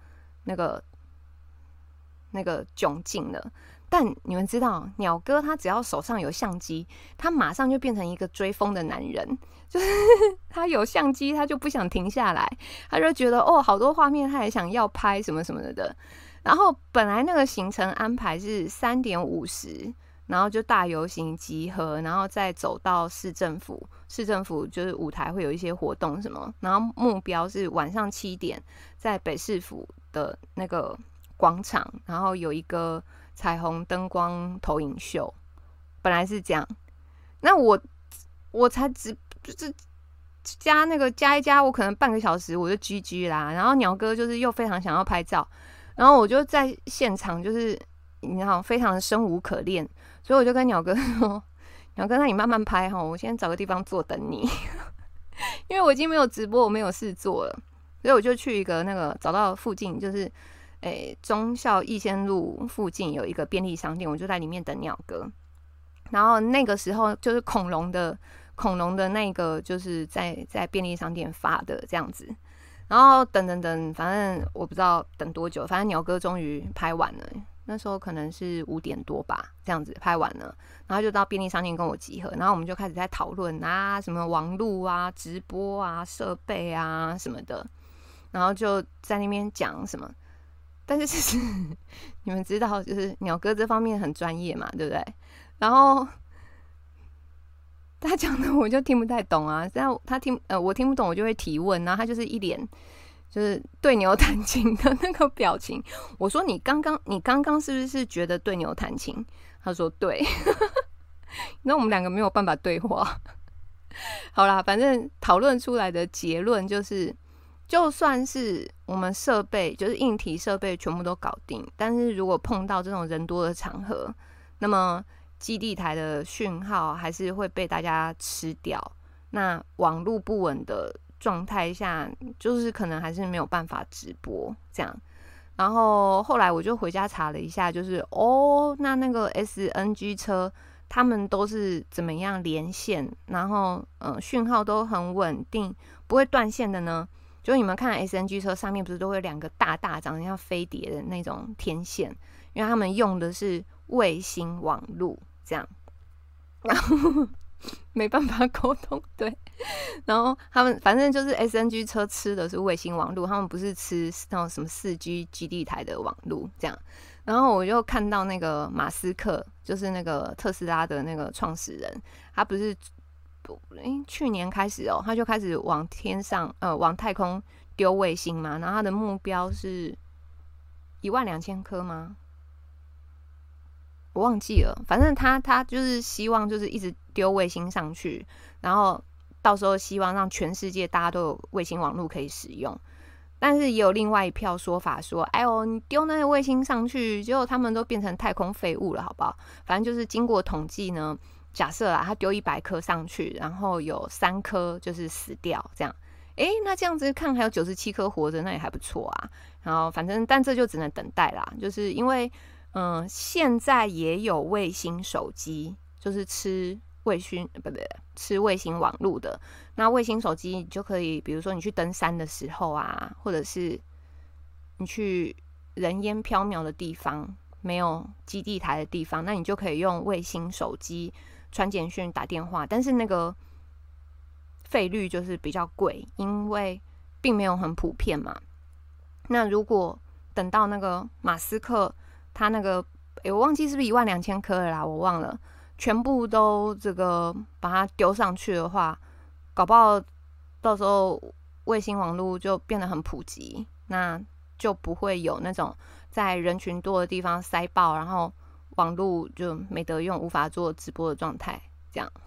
那个那个窘境了。但你们知道，鸟哥他只要手上有相机，他马上就变成一个追风的男人，就是他有相机，他就不想停下来，他就觉得哦，好多画面他也想要拍什么什么的。然后本来那个行程安排是三点五十，然后就大游行集合，然后再走到市政府，市政府就是舞台会有一些活动什么，然后目标是晚上七点在北市府的那个广场，然后有一个彩虹灯光投影秀，本来是这样。那我我才只就是加那个加一加，我可能半个小时我就 G G 啦。然后鸟哥就是又非常想要拍照，然后我就在现场就是你知道非常的生无可恋，所以我就跟鸟哥说：“鸟哥，那你慢慢拍哈，我先找个地方坐等你。”因为我已经没有直播，我没有事做了，所以我就去一个那个找到附近就是。诶，忠孝逸仙路附近有一个便利商店，我就在里面等鸟哥。然后那个时候就是恐龙的恐龙的那个，就是在在便利商店发的这样子。然后等等等，反正我不知道等多久，反正鸟哥终于拍完了。那时候可能是五点多吧，这样子拍完了，然后就到便利商店跟我集合，然后我们就开始在讨论啊，什么网路啊、直播啊、设备啊什么的，然后就在那边讲什么。但是其实你们知道，就是鸟哥这方面很专业嘛，对不对？然后他讲的我就听不太懂啊，这样他听呃我听不懂，我就会提问，然后他就是一脸就是对牛弹琴的那个表情。我说你刚刚你刚刚是不是觉得对牛弹琴？他说对，那我们两个没有办法对话。好啦，反正讨论出来的结论就是。就算是我们设备，就是硬体设备全部都搞定，但是如果碰到这种人多的场合，那么基地台的讯号还是会被大家吃掉。那网络不稳的状态下，就是可能还是没有办法直播这样。然后后来我就回家查了一下，就是哦，那那个 S N G 车他们都是怎么样连线，然后呃讯号都很稳定，不会断线的呢？就你们看 S N G 车上面不是都会有两个大大长得像飞碟的那种天线，因为他们用的是卫星网路这样，然后没办法沟通，对，然后他们反正就是 S N G 车吃的是卫星网路，他们不是吃那种什么四 G 基地台的网路这样。然后我就看到那个马斯克，就是那个特斯拉的那个创始人，他不是。诶，去年开始哦，他就开始往天上呃往太空丢卫星嘛，然后他的目标是一万两千颗吗？我忘记了，反正他他就是希望就是一直丢卫星上去，然后到时候希望让全世界大家都有卫星网络可以使用。但是也有另外一票说法说，哎呦，你丢那个卫星上去，结果他们都变成太空废物了，好不好？反正就是经过统计呢。假设啊，他丢一百颗上去，然后有三颗就是死掉，这样，诶，那这样子看还有九十七颗活着，那也还不错啊。然后反正，但这就只能等待啦，就是因为，嗯、呃，现在也有卫星手机，就是吃卫星不不吃卫星网路的。那卫星手机你就可以，比如说你去登山的时候啊，或者是你去人烟缥缈的地方，没有基地台的地方，那你就可以用卫星手机。传简讯、打电话，但是那个费率就是比较贵，因为并没有很普遍嘛。那如果等到那个马斯克他那个，诶，我忘记是不是一万两千颗了啦，我忘了，全部都这个把它丢上去的话，搞不好到时候卫星网络就变得很普及，那就不会有那种在人群多的地方塞爆，然后。网路就没得用，无法做直播的状态，这样。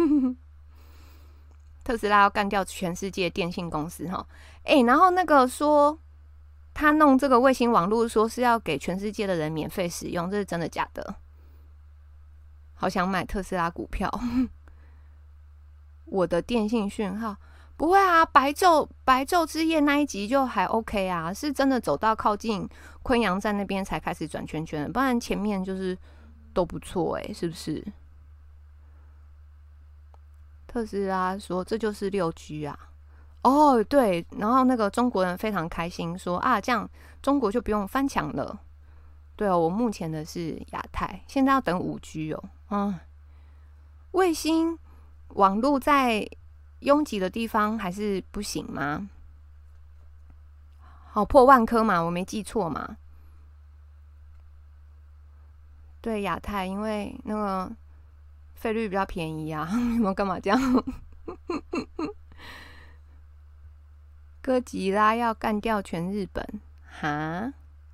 特斯拉要干掉全世界电信公司哈，哎、欸，然后那个说他弄这个卫星网路，说是要给全世界的人免费使用，这是真的假的？好想买特斯拉股票。我的电信讯号不会啊，白昼白昼之夜那一集就还 OK 啊，是真的走到靠近昆阳站那边才开始转圈圈的，不然前面就是都不错欸，是不是？特斯拉说这就是 六 G 啊， 哦，对，然后那个中国人非常开心说啊，这样中国就不用翻墙了。对哦，我目前的是亚太，现在要等 五 G 哦。嗯，卫星网络在拥挤的地方还是不行吗？好，破万颗嘛，我没记错嘛。对，亚太因为那个费率比较便宜啊，你们干嘛这样？哥吉拉要干掉全日本，哈？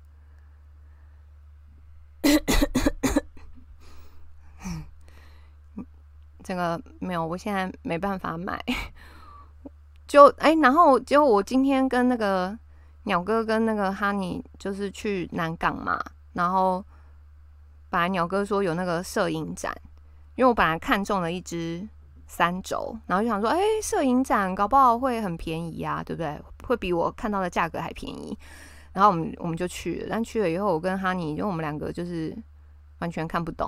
这个没有，我现在没办法买。就哎、欸，然后结果我今天跟那个鸟哥跟那个哈尼就是去南港嘛，然后本来鸟哥说有那个摄影展，因为我本来看中了一只三轴，然后就想说，哎、欸，摄影展搞不好会很便宜啊，对不对？会比我看到的价格还便宜。然后我们我们就去了，但去了以后，我跟哈尼，因为我们两个就是完全看不懂。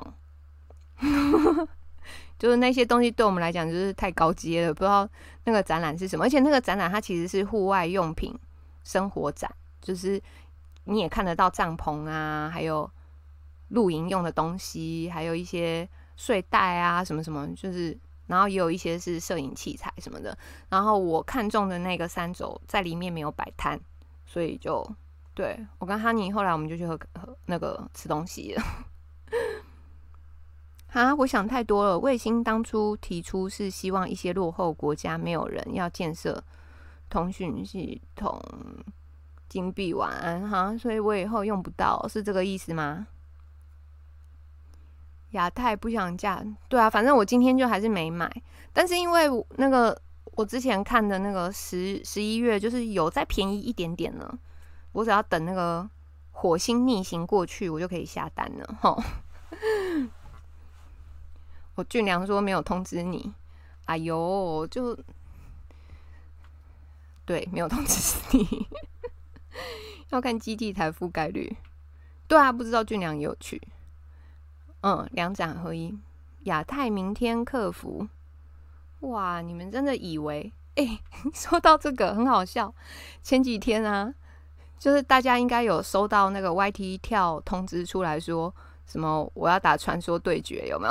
就是那些东西对我们来讲就是太高阶了，不知道那个展览是什么。而且那个展览它其实是户外用品生活展，就是你也看得到帐篷啊，还有露营用的东西，还有一些睡袋啊什么什么，就是然后也有一些是摄影器材什么的。然后我看中的那个三轴在里面没有摆摊，所以就对我跟哈尼后来我们就去喝喝那个吃东西了。啊，我想太多了。卫星当初提出是希望一些落后国家没有人要建设通讯系统，金币晚安哈，所以我以后用不到，是这个意思吗？亚太不想嫁，对啊，反正我今天就还是没买。但是因为那个我之前看的那个十十一月，就是有再便宜一点点了，我只要等那个火星逆行过去，我就可以下单了吼。我俊良说没有通知你，哎呦，就对，没有通知你，要看基地台覆盖率。对啊，不知道俊良也有去，嗯，两展合一，亚太明天客服，哇，你们真的以为？哎、欸，说到这个很好笑，前几天啊，就是大家应该有收到那个 Y T 跳通知出来说什么我要打传说对决，有没有？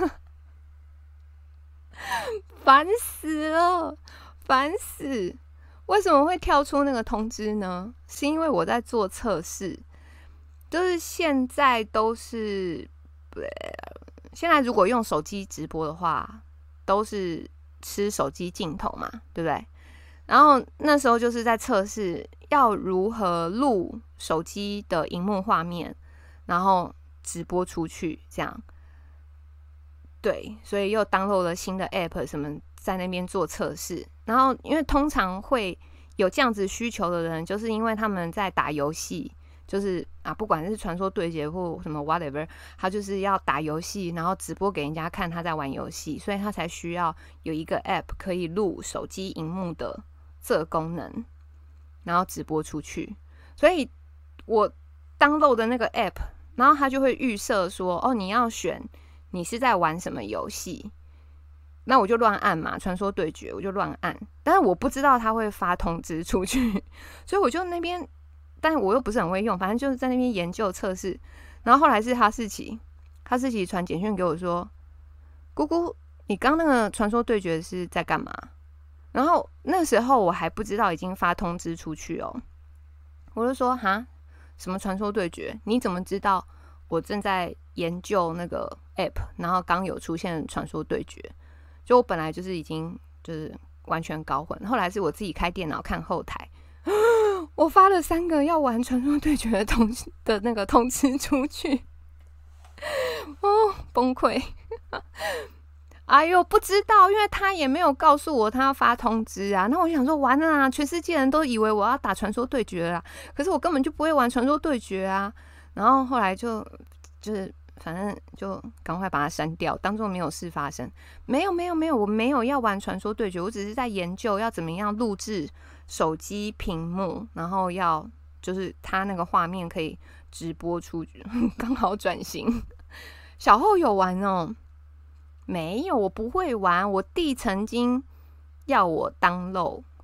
烦死了，烦死！为什么会跳出那个通知呢？是因为我在做测试，就是现在都是，现在如果用手机直播的话，都是吃手机镜头嘛，对不对？然后那时候就是在测试要如何录手机的萤幕画面，然后直播出去，这样。对，所以又 download 了新的 app 什么，在那边做测试。然后，因为通常会有这样子需求的人，就是因为他们在打游戏，就是啊，不管是传说对决或什么 whatever， 他就是要打游戏，然后直播给人家看他在玩游戏，所以他才需要有一个 app 可以录手机萤幕的这个功能，然后直播出去。所以我 download 的那个 app， 然后他就会预设说，哦，你要选。你是在玩什么游戏？那我就乱按嘛，传说对决我就乱按，但是我不知道他会发通知出去，所以我就那边，但我又不是很会用，反正就是在那边研究测试。然后后来是哈士奇，哈士奇传简讯给我说：“姑姑，你刚那个传说对决是在干嘛？”然后那时候我还不知道已经发通知出去哦，我就说：“哈，什么传说对决？你怎么知道我正在研究那个 app， 然后刚有出现传说对决？就我本来就是已经就是完全搞混，后来是我自己开电脑看后台，我发了三个要玩传说对决的通的那个通知出去，哦，崩溃！哎呦，不知道，因为他也没有告诉我他要发通知啊。那我想说，完了啊，全世界人都以为我要打传说对决啦，可是我根本就不会玩传说对决啊。然后后来就就是反正就赶快把它删掉，当作没有事发生。没有没有没有，我没有要玩传说对决，我只是在研究要怎么样录制手机屏幕，然后要就是它那个画面可以直播出去，刚好转型。小后有玩哦？没有，我不会玩。我弟曾经要我download，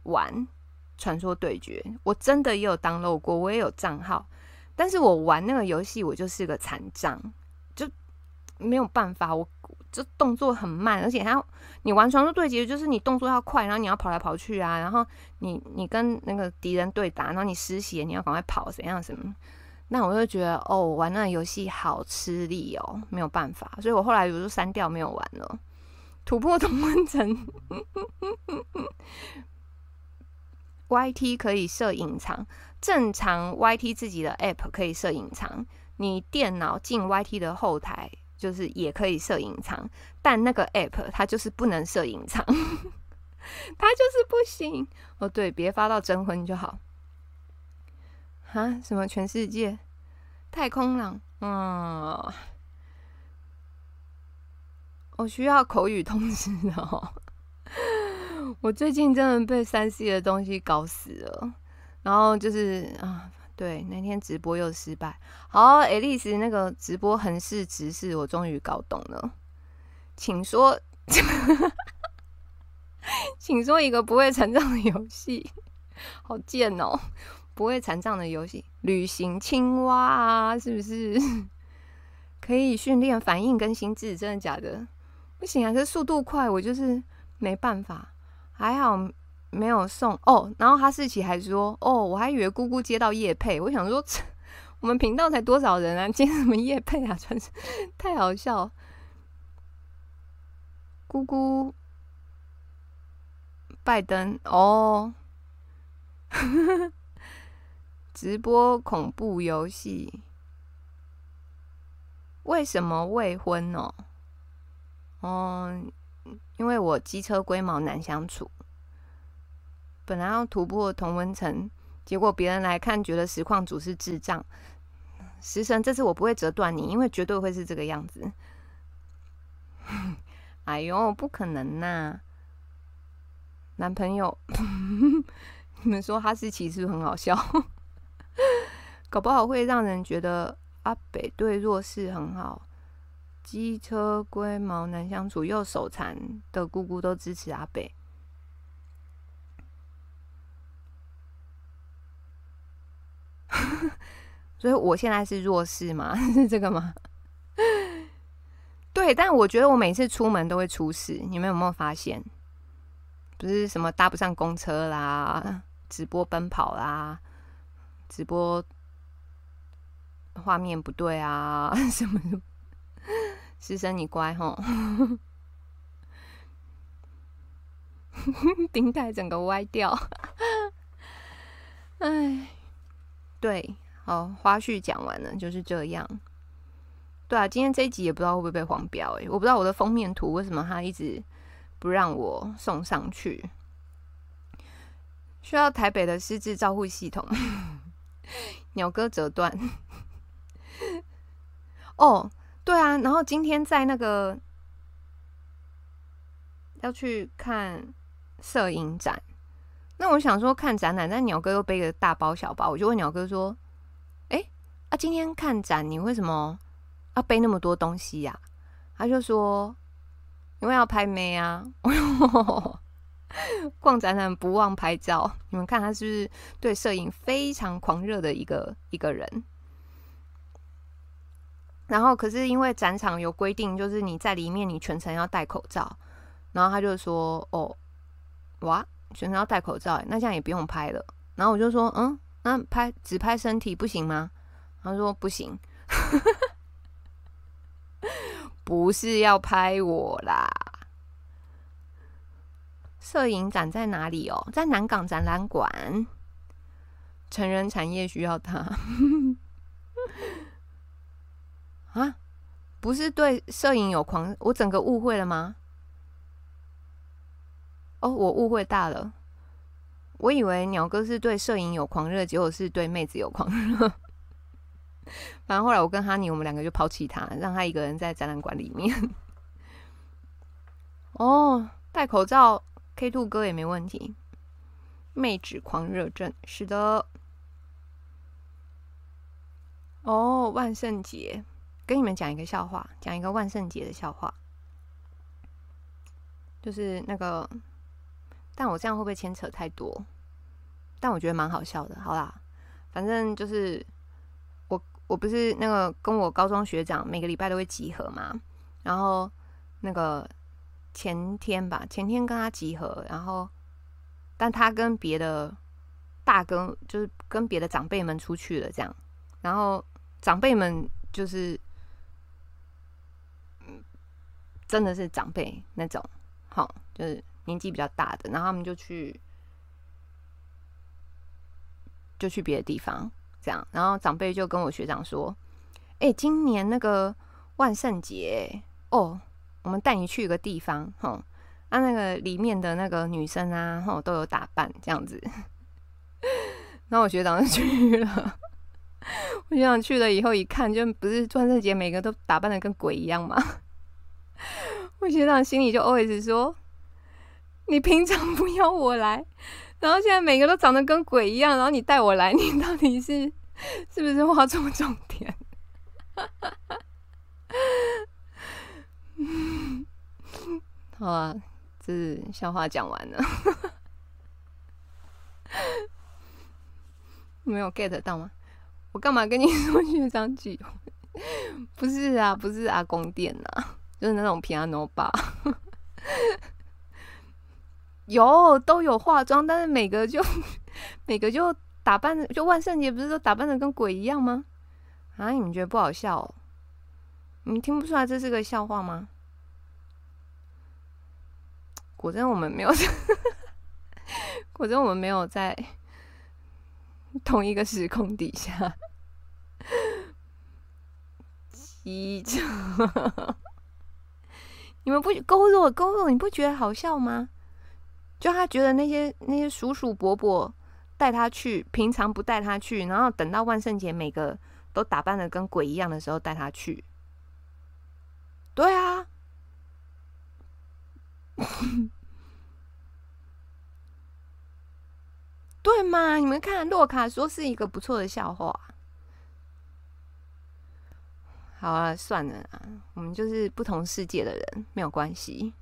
玩传说对决，我真的也有 download 过，我也有账号，但是我玩那个游戏我就是个残障，就没有办法，我就动作很慢，而且它你玩传说对决就是你动作要快，然后你要跑来跑去啊，然后你你跟那个敌人对打，然后你失血，你要赶快跑，怎样什么。那我就觉得哦，玩那个游戏好吃力哦，没有办法，所以我后来我就删掉，没有玩了。突破同温层，Y T 可以设隐藏，正常 Y T 自己的 App 可以设隐藏，你电脑进 Y T 的后台就是也可以设隐藏，但那个 App 它就是不能设隐藏，它就是不行。哦，对，别发到征婚就好。哈？什么全世界？太空狼？嗯，我需要口语通知哦。我最近真的被三 C 的东西搞死了，然后就是啊，对，那天直播又失败。好，爱丽丝那个直播横式直视，我终于搞懂了，请说，请说一个不会成长的游戏，好贱哦。不会残障的游戏，旅行青蛙啊，是不是？可以训练反应跟心智，真的假的？不行啊，可是速度快，我就是没办法。还好没有送哦。然后哈士奇还说，哦，我还以为姑姑接到业配，我想说，我们频道才多少人啊，接什么业配啊？真是太好笑。姑姑，拜登哦。直播恐怖游戏，为什么未婚哦？哦，因为我机车龟毛难相处，本来要突破同温层，结果别人来看觉得实况主是智障。食神，这次我不会折断你，因为绝对会是这个样子。哎呦，不可能呐、啊！男朋友，你们说哈士奇是不是很好笑？搞不好会让人觉得阿北对弱势很好，机车龟毛难相处又手残的姑姑都支持阿北。所以我现在是弱势吗？是这个吗？对，但我觉得我每次出门都会出事，你们有没有发现？不是什么搭不上公车啦，直播奔跑啦，直播画面不对啊，什么的。师生你乖齁。冰台整个歪掉。哎，对，好，花絮讲完了，就是这样。对啊，今天这一集也不知道会不会被黄标哎、欸，我不知道我的封面图为什么它一直不让我送上去，需要台北的失智照护系统。鸟哥折断。哦，对啊，然后今天在那个要去看摄影展，那我想说看展览，但鸟哥又背个大包小包，我就问鸟哥说：“哎、欸，啊，今天看展你为什么要背那么多东西呀、啊？”他就说：“因为要拍妹啊。”逛展览不忘拍照，你们看他是不是对摄影非常狂热的一个一个人？然后可是因为展场有规定，就是你在里面你全程要戴口罩，然后他就说：“哦，哇，全程要戴口罩，那这样也不用拍了。”然后我就说：“嗯，那拍只拍身体不行吗？”他说：“不行。”不是要拍我啦。摄影展在哪里哦？在南港展览馆。成人产业需要它。啊，不是对摄影有狂，我整个误会了吗？哦，我误会大了。我以为鸟哥是对摄影有狂热，结果是对妹子有狂热。反正后来我跟哈尼，我们两个就抛弃他，让他一个人在展览馆里面。哦，戴口罩 K 二 哥也没问题。妹纸狂热症，是的。哦，万圣节，跟你们讲一个笑话，讲一个万圣节的笑话，就是那个但我这样会不会牵扯太多？但我觉得蛮好笑的。好啦，反正就是我我不是那个跟我高中学长每个礼拜都会集合嘛，然后那个前天吧，前天跟他集合，然后但他跟别的大哥就是跟别的长辈们出去了，这样，然后长辈们就是真的是长辈那种，好，就是年纪比较大的，然后他们就去就去别的地方，这样，然后长辈就跟我学长说：“哎、欸，今年那个万圣节哦，我们带你去一个地方，吼，啊，那个里面的那个女生啊，吼都有打扮这样子。”然后我学长就去了，我学长去了以后一看，就不是万圣节每个都打扮的跟鬼一样吗？我学长心里就 O S 说：“你平常不要我来，然后现在每个都长得跟鬼一样，然后你带我来，你到底是是不是画错重点？”好啊，这是笑话讲完了，没有 get 到吗？我干嘛跟你说学长举？不是啊，不是阿公店啊，就是那种 piano bar。有都有化妆，但是每个就每个就打扮的，就万圣节不是都打扮的跟鬼一样吗？啊，你们觉得不好笑哦？你们听不出来这是个笑话吗？果真我们没有，果真我们没有在同一个时空底下。机车，你们不勾肉勾肉，你不觉得好笑吗？就他觉得那些那些叔叔伯伯带他去，平常不带他去，然后等到万圣节每个都打扮的跟鬼一样的时候带他去。对啊，对嘛？你们看，洛卡说是一个不错的笑话。好啊，算了啦，我们就是不同世界的人，没有关系。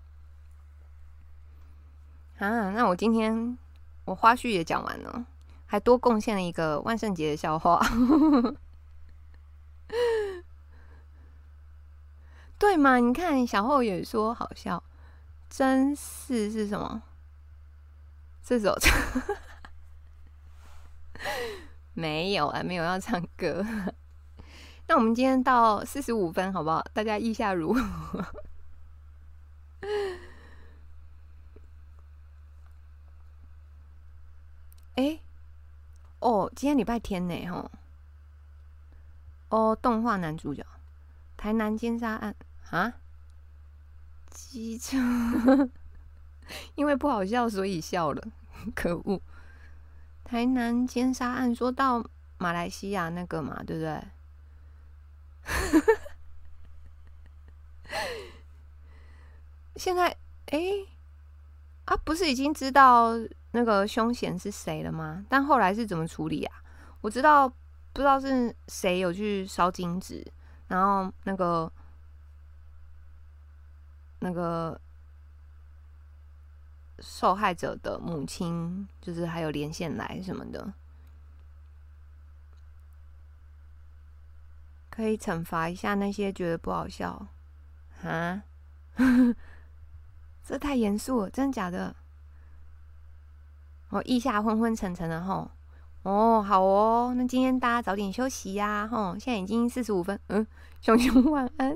啊，那我今天我花絮也讲完了，还多贡献了一个万圣节的笑话，对嘛？你看小后也说好笑，真是是什么？这首没有啊，没有要唱歌。那我们今天到四十五分，好不好？大家意下如何？哎、欸，哦，今天礼拜天呢，吼。哦，动画男主角，台南奸杀案啊，机车，因为不好笑所以笑了，可恶！台南奸杀案说到马来西亚那个嘛，对不对？现在，哎、欸，啊，不是已经知道那个凶嫌是谁了吗？但后来是怎么处理啊？我知道，不知道是谁有去烧金纸，然后那个那个受害者的母亲，就是还有连线来什么的，可以惩罚一下那些觉得不好笑啊。这太严肃了，真的假的？我腋下昏昏沉沉的吼。哦，好哦，那今天大家早点休息呀、啊，吼，现在已经四十五分，嗯，熊熊晚安。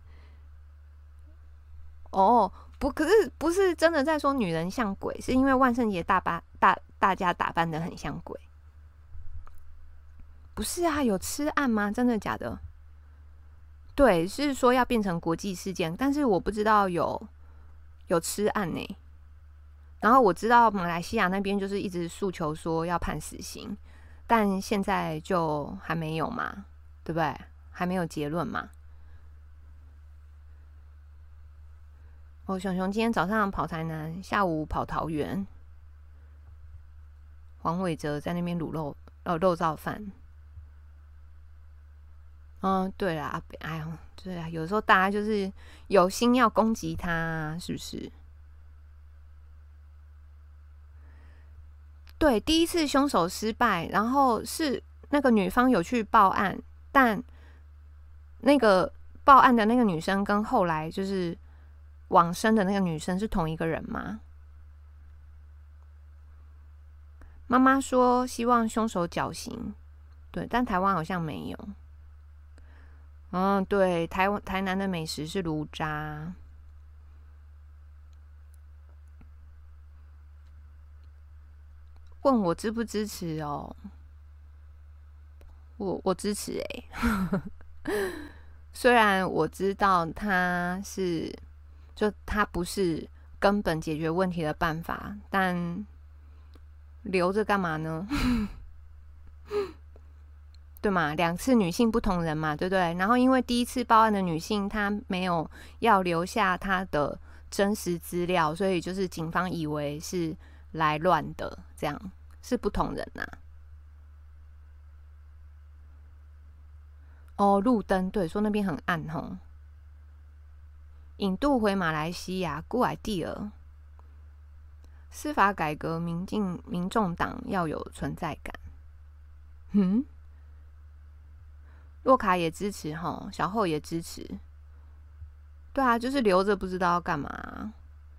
哦，不，可是不是真的在说女人像鬼，是因为万圣节大巴大大家打扮的很像鬼。不是啊，有吃案吗？真的假的？对，是说要变成国际事件，但是我不知道有有吃案呢、欸。然后我知道马来西亚那边就是一直诉求说要判死刑，但现在就还没有嘛，对不对？还没有结论嘛。哦，熊熊今天早上跑台南，下午跑桃园。黄伟哲在那边卤肉，呃，肉燥饭。嗯，对啦，哎呦，对啊，有时候大家就是有心要攻击他，是不是？ 对，第一次凶手失败，然后是那个女方有去报案，但那个报案的那个女生跟后来就是往生的那个女生是同一个人吗？妈妈说希望凶手绞刑，对，但台湾好像没有。嗯，对，台湾台南的美食是炉渣。问我支不支持哦？我我支持欸虽然我知道它是，就它不是根本解决问题的办法，但留着干嘛呢？对嘛？两次女性不同人嘛，对不对？然后因为第一次报案的女性她没有要留下她的真实资料，所以就是警方以为是来乱的，这样是不同人呐、啊。哦，路灯，对，说那边很暗吼。引渡回马来西亚 ，good idea。司法改革，民进民众党要有存在感。嗯，洛卡也支持吼，小后也支持。对啊，就是留着不知道要干嘛。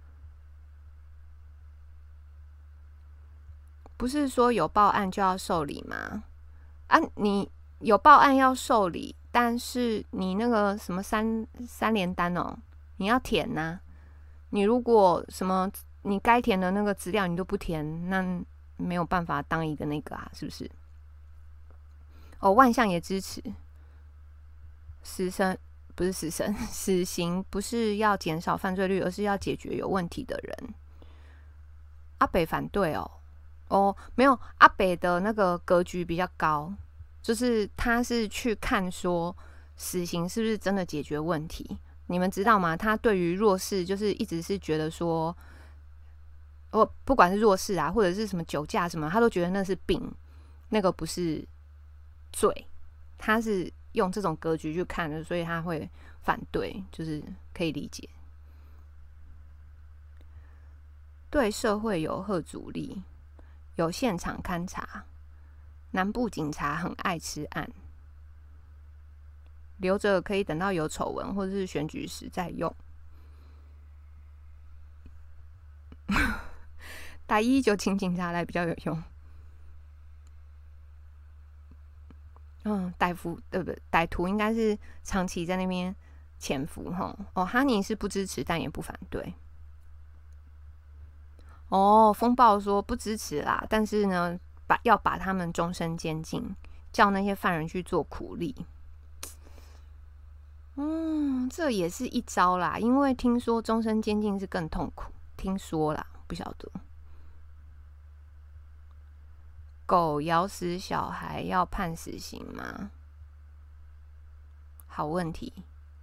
不是说有报案就要受理吗？啊，你有报案要受理，但是你那个什么三三联单哦，你要填呐、啊。你如果什么你该填的那个资料你都不填，那没有办法当一个那个啊，是不是？哦，万象也支持死生，不是死生，死刑不是要减少犯罪率，而是要解决有问题的人。阿北反对哦。哦，没有，阿北的那个格局比较高，就是他是去看说死刑是不是真的解决问题。你们知道吗？他对于弱势就是一直是觉得说，哦，不管是弱势啊，或者是什么酒驾什么，他都觉得那是病，那个不是罪。他是用这种格局去看的，所以他会反对，就是可以理解。对社会有贺阻力。有现场勘查，南部警察很爱吃案，留着可以等到有丑闻或者是选举时再用。打一一九请警察来比较有用。嗯，歹徒对不对？歹徒应该是长期在那边潜伏哈。哦，哈尼是不支持，但也不反对。哦，风暴说不支持啦，但是呢，把要把他们终身监禁，叫那些犯人去做苦力。嗯，这也是一招啦，因为听说终身监禁是更痛苦，听说啦，不晓得。狗咬死小孩要判死刑吗？好问题。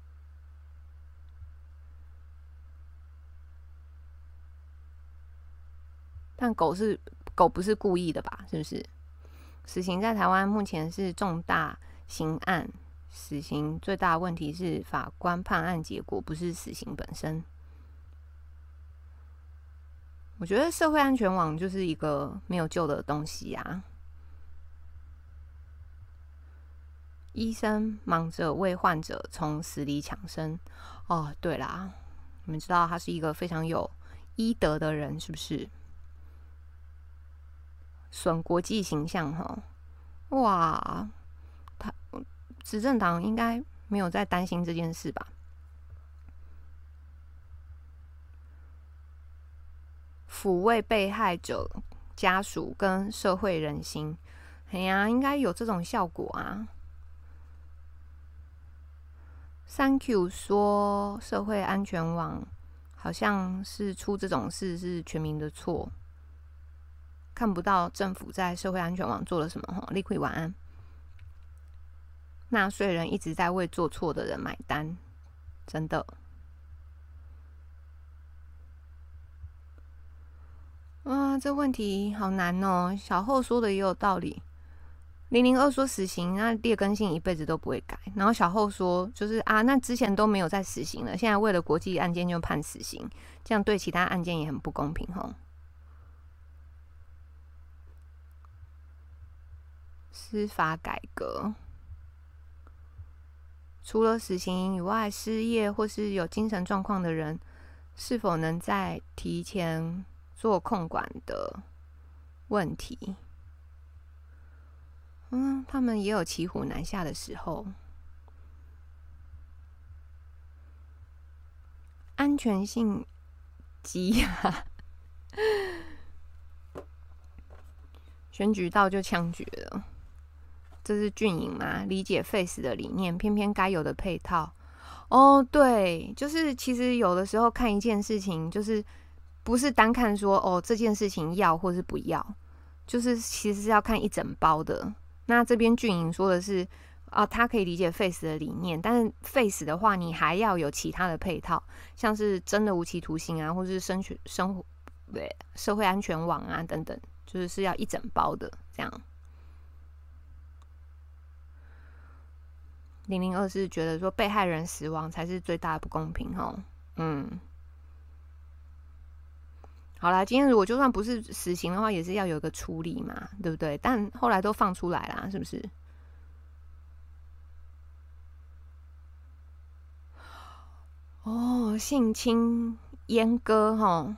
但狗是狗不是故意的吧？是不是？死刑在台湾目前是重大刑案，死刑最大的问题是法官判案结果，不是死刑本身。我觉得社会安全网就是一个没有救的东西啊。医生忙着为患者从死里抢生。哦，对啦，你们知道他是一个非常有医德的人，是不是？损国际形象哈，哇，他执政党应该没有在担心这件事吧？抚慰被害者家属跟社会人心，哎呀，应该有这种效果啊。Thank you 说社会安全网好像是出这种事是全民的错。看不到政府在社会安全网做了什么。立奎晚安。纳税人一直在为做错的人买单，真的。啊，这问题好难哦。小后说的也有道理。零零二说死刑，那劣根性一辈子都不会改。然后小后说，就是啊，那之前都没有在死刑了，现在为了国际案件就判死刑，这样对其他案件也很不公平吼。 司法改革，除了死刑以外，失业或是有精神状况的人，是否能在提前做控管的问题？嗯，他们也有骑虎难下的时候。安全性极亚，选举到就枪决了，这是俊颖嘛？理解 Face 的理念，偏偏该有的配套。哦，对，就是其实有的时候看一件事情，就是不是单看说哦这件事情要或是不要，就是其实是要看一整包的。那这边俊颖说的是。啊，他可以理解 Face 的理念，但是 Face 的话，你还要有其他的配套，像是真的无期徒刑啊，或是生活生活对社会安全网啊等等，就是是要一整包的这样。零零二是觉得说被害人死亡才是最大的不公平哦，嗯，好啦，今天如果就算不是死刑的话，也是要有一个处理嘛，对不对？但后来都放出来啦，是不是？哦，性侵阉割齁，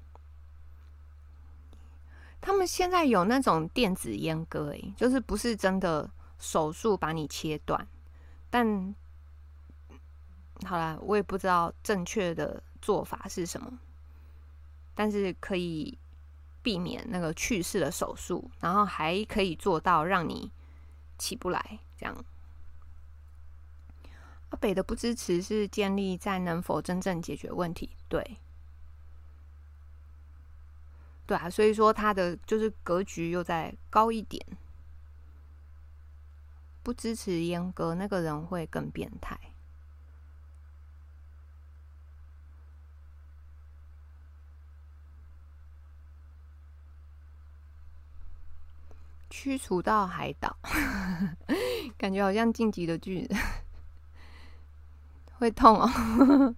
他们现在有那种电子阉割，哎，就是不是真的手术把你切断，但好啦，我也不知道正确的做法是什么，但是可以避免那个去世的手术，然后还可以做到让你起不来，这样。北的不支持是建立在能否真正解决问题，对，对啊，所以说他的就是格局又再高一点，不支持阉割那个人会更变态。驱除到海岛，感觉好像晋级的巨人，会痛哦。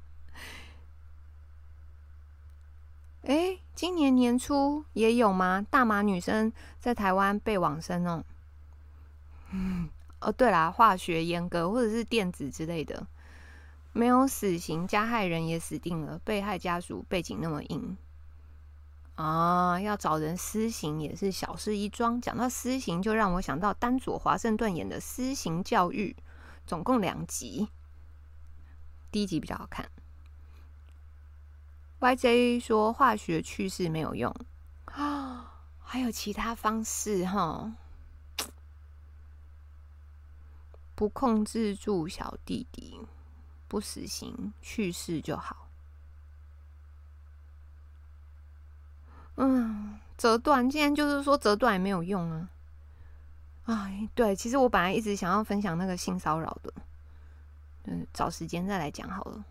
哎，今年年初也有吗？大马女生在台湾被往生哦。嗯，哦，对啦，化学阉割或者是电子之类的，没有死刑，加害人也死定了，被害家属背景那么硬啊，要找人私刑也是小事一桩。讲到私刑，就让我想到丹佐华盛顿演的《私刑教育》，总共两集，第一集比较好看。Y J 说化学去世没有用啊，还有其他方式哈，不控制住小弟弟，不死刑去世就好。嗯，折断，既然就是说折断也没有用啊。哎，对，其实我本来一直想要分享那个性骚扰的，嗯，找时间再来讲好了。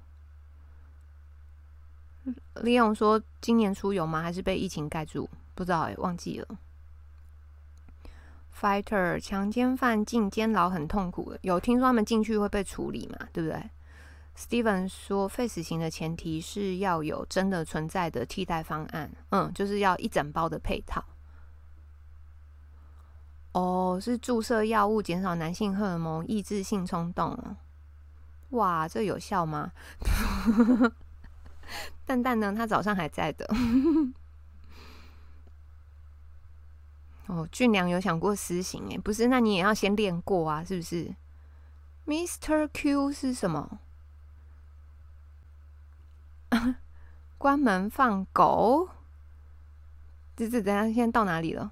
利用说今年初有吗？还是被疫情盖住？不知道哎、欸，忘记了。Fighter 强奸犯进监牢很痛苦的，有听说他们进去会被处理嘛？对不对 ？Steven 说，废死刑的前提是要有真的存在的替代方案，嗯，就是要一整包的配套。哦，是注射药物减少男性荷尔蒙，抑制性冲动哦。哇，这有效吗？蛋蛋呢？他早上还在的。哦，俊良有想过私刑哎，不是？那你也要先练过啊，是不是 ？Mister Q 是什么？关门放狗？这这等下现在到哪里了？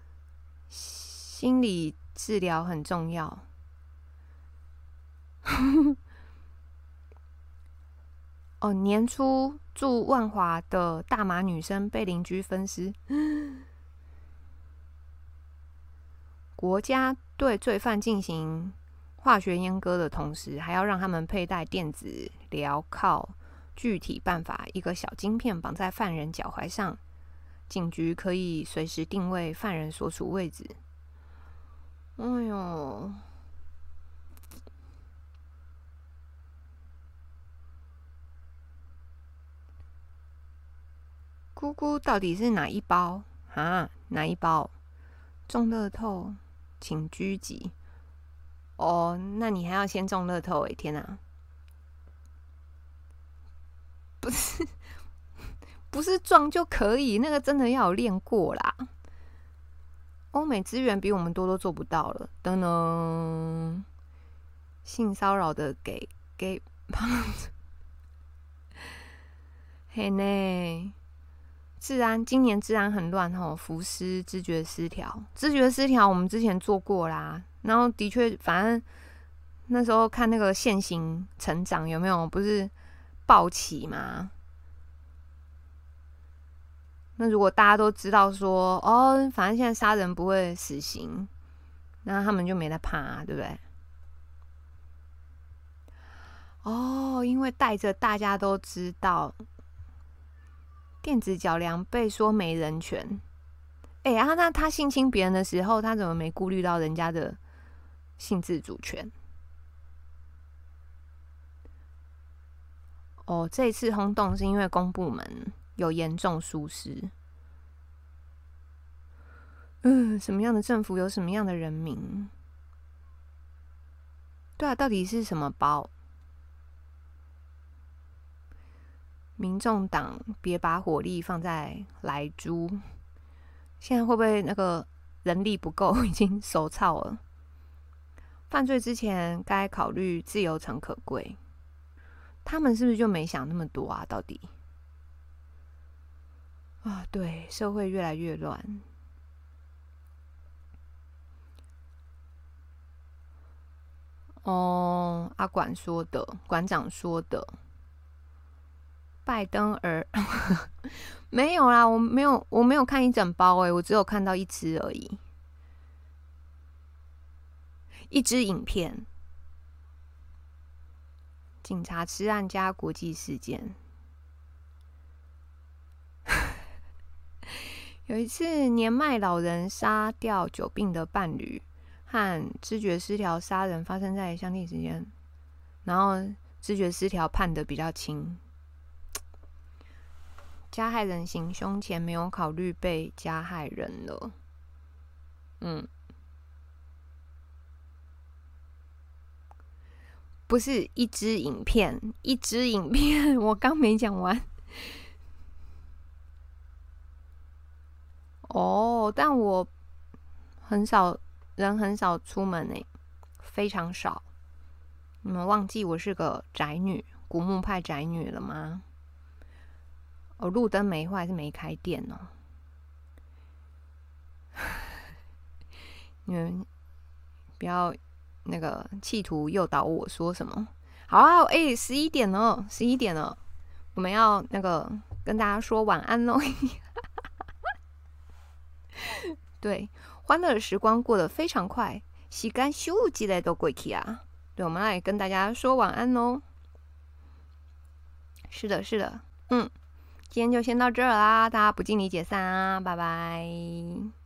心理治疗很重要。哦，年初住万华的大马女生被邻居分尸。国家对罪犯进行化学阉割的同时，还要让他们佩戴电子镣铐。具体办法：一个小晶片绑在犯人脚踝上，警局可以随时定位犯人所处位置。哎呦！姑姑到底是哪一包啊？哪一包？中乐透请居集。哦，那你还要先中乐透诶，天哪！不是不是撞就可以，那个真的要有练过啦。欧美资源比我们多都做不到了。噔噔，性骚扰的给给嘿呢。治安今年治安很乱吼，浮尸、知觉失调，知觉失调我们之前做过啦，然后的确，反正那时候看那个现行成长有没有不是暴起嘛？那如果大家都知道说，哦，反正现在杀人不会死刑，那他们就没得怕、啊，对不对？哦，因为带着大家都知道。电子脚镣被说没人权，哎、欸、啊，那他性侵别人的时候，他怎么没顾虑到人家的性自主权？哦，这一次轰动是因为公部门有严重疏失。嗯，什么样的政府有什么样的人民？对啊，到底是什么包？民众党别把火力放在莱猪，现在会不会那个人力不够，已经手操了？犯罪之前该考虑自由诚可贵，他们是不是就没想那么多啊？到底啊，对，社会越来越乱。哦，阿管说的，馆长说的。拜登儿没有啦，我没有，我没有看一整包诶，我只有看到一支而已，一支影片。警察吃案加国际事件。有一次，年迈老人杀掉久病的伴侣，和知觉失调杀人发生在相近时间，然后知觉失调判的比较轻。加害人行凶前没有考虑被加害人了。嗯，不是一支影片，一支影片，我刚没讲完。哦，但我很少人很少出门诶，非常少。你们忘记我是个宅女，古墓派宅女了吗？哦，路灯没坏，是没开电哦。你们不要那个企图诱导我说什么。好啊，哎、欸，十一点了，十一点了，我们要那个跟大家说晚安喽。对，欢乐的时光过得非常快，时间咻几来都过去啊。对，我们来跟大家说晚安喽。是的，是的，嗯。今天就先到这儿啦，大家不敬礼解散啊，拜拜。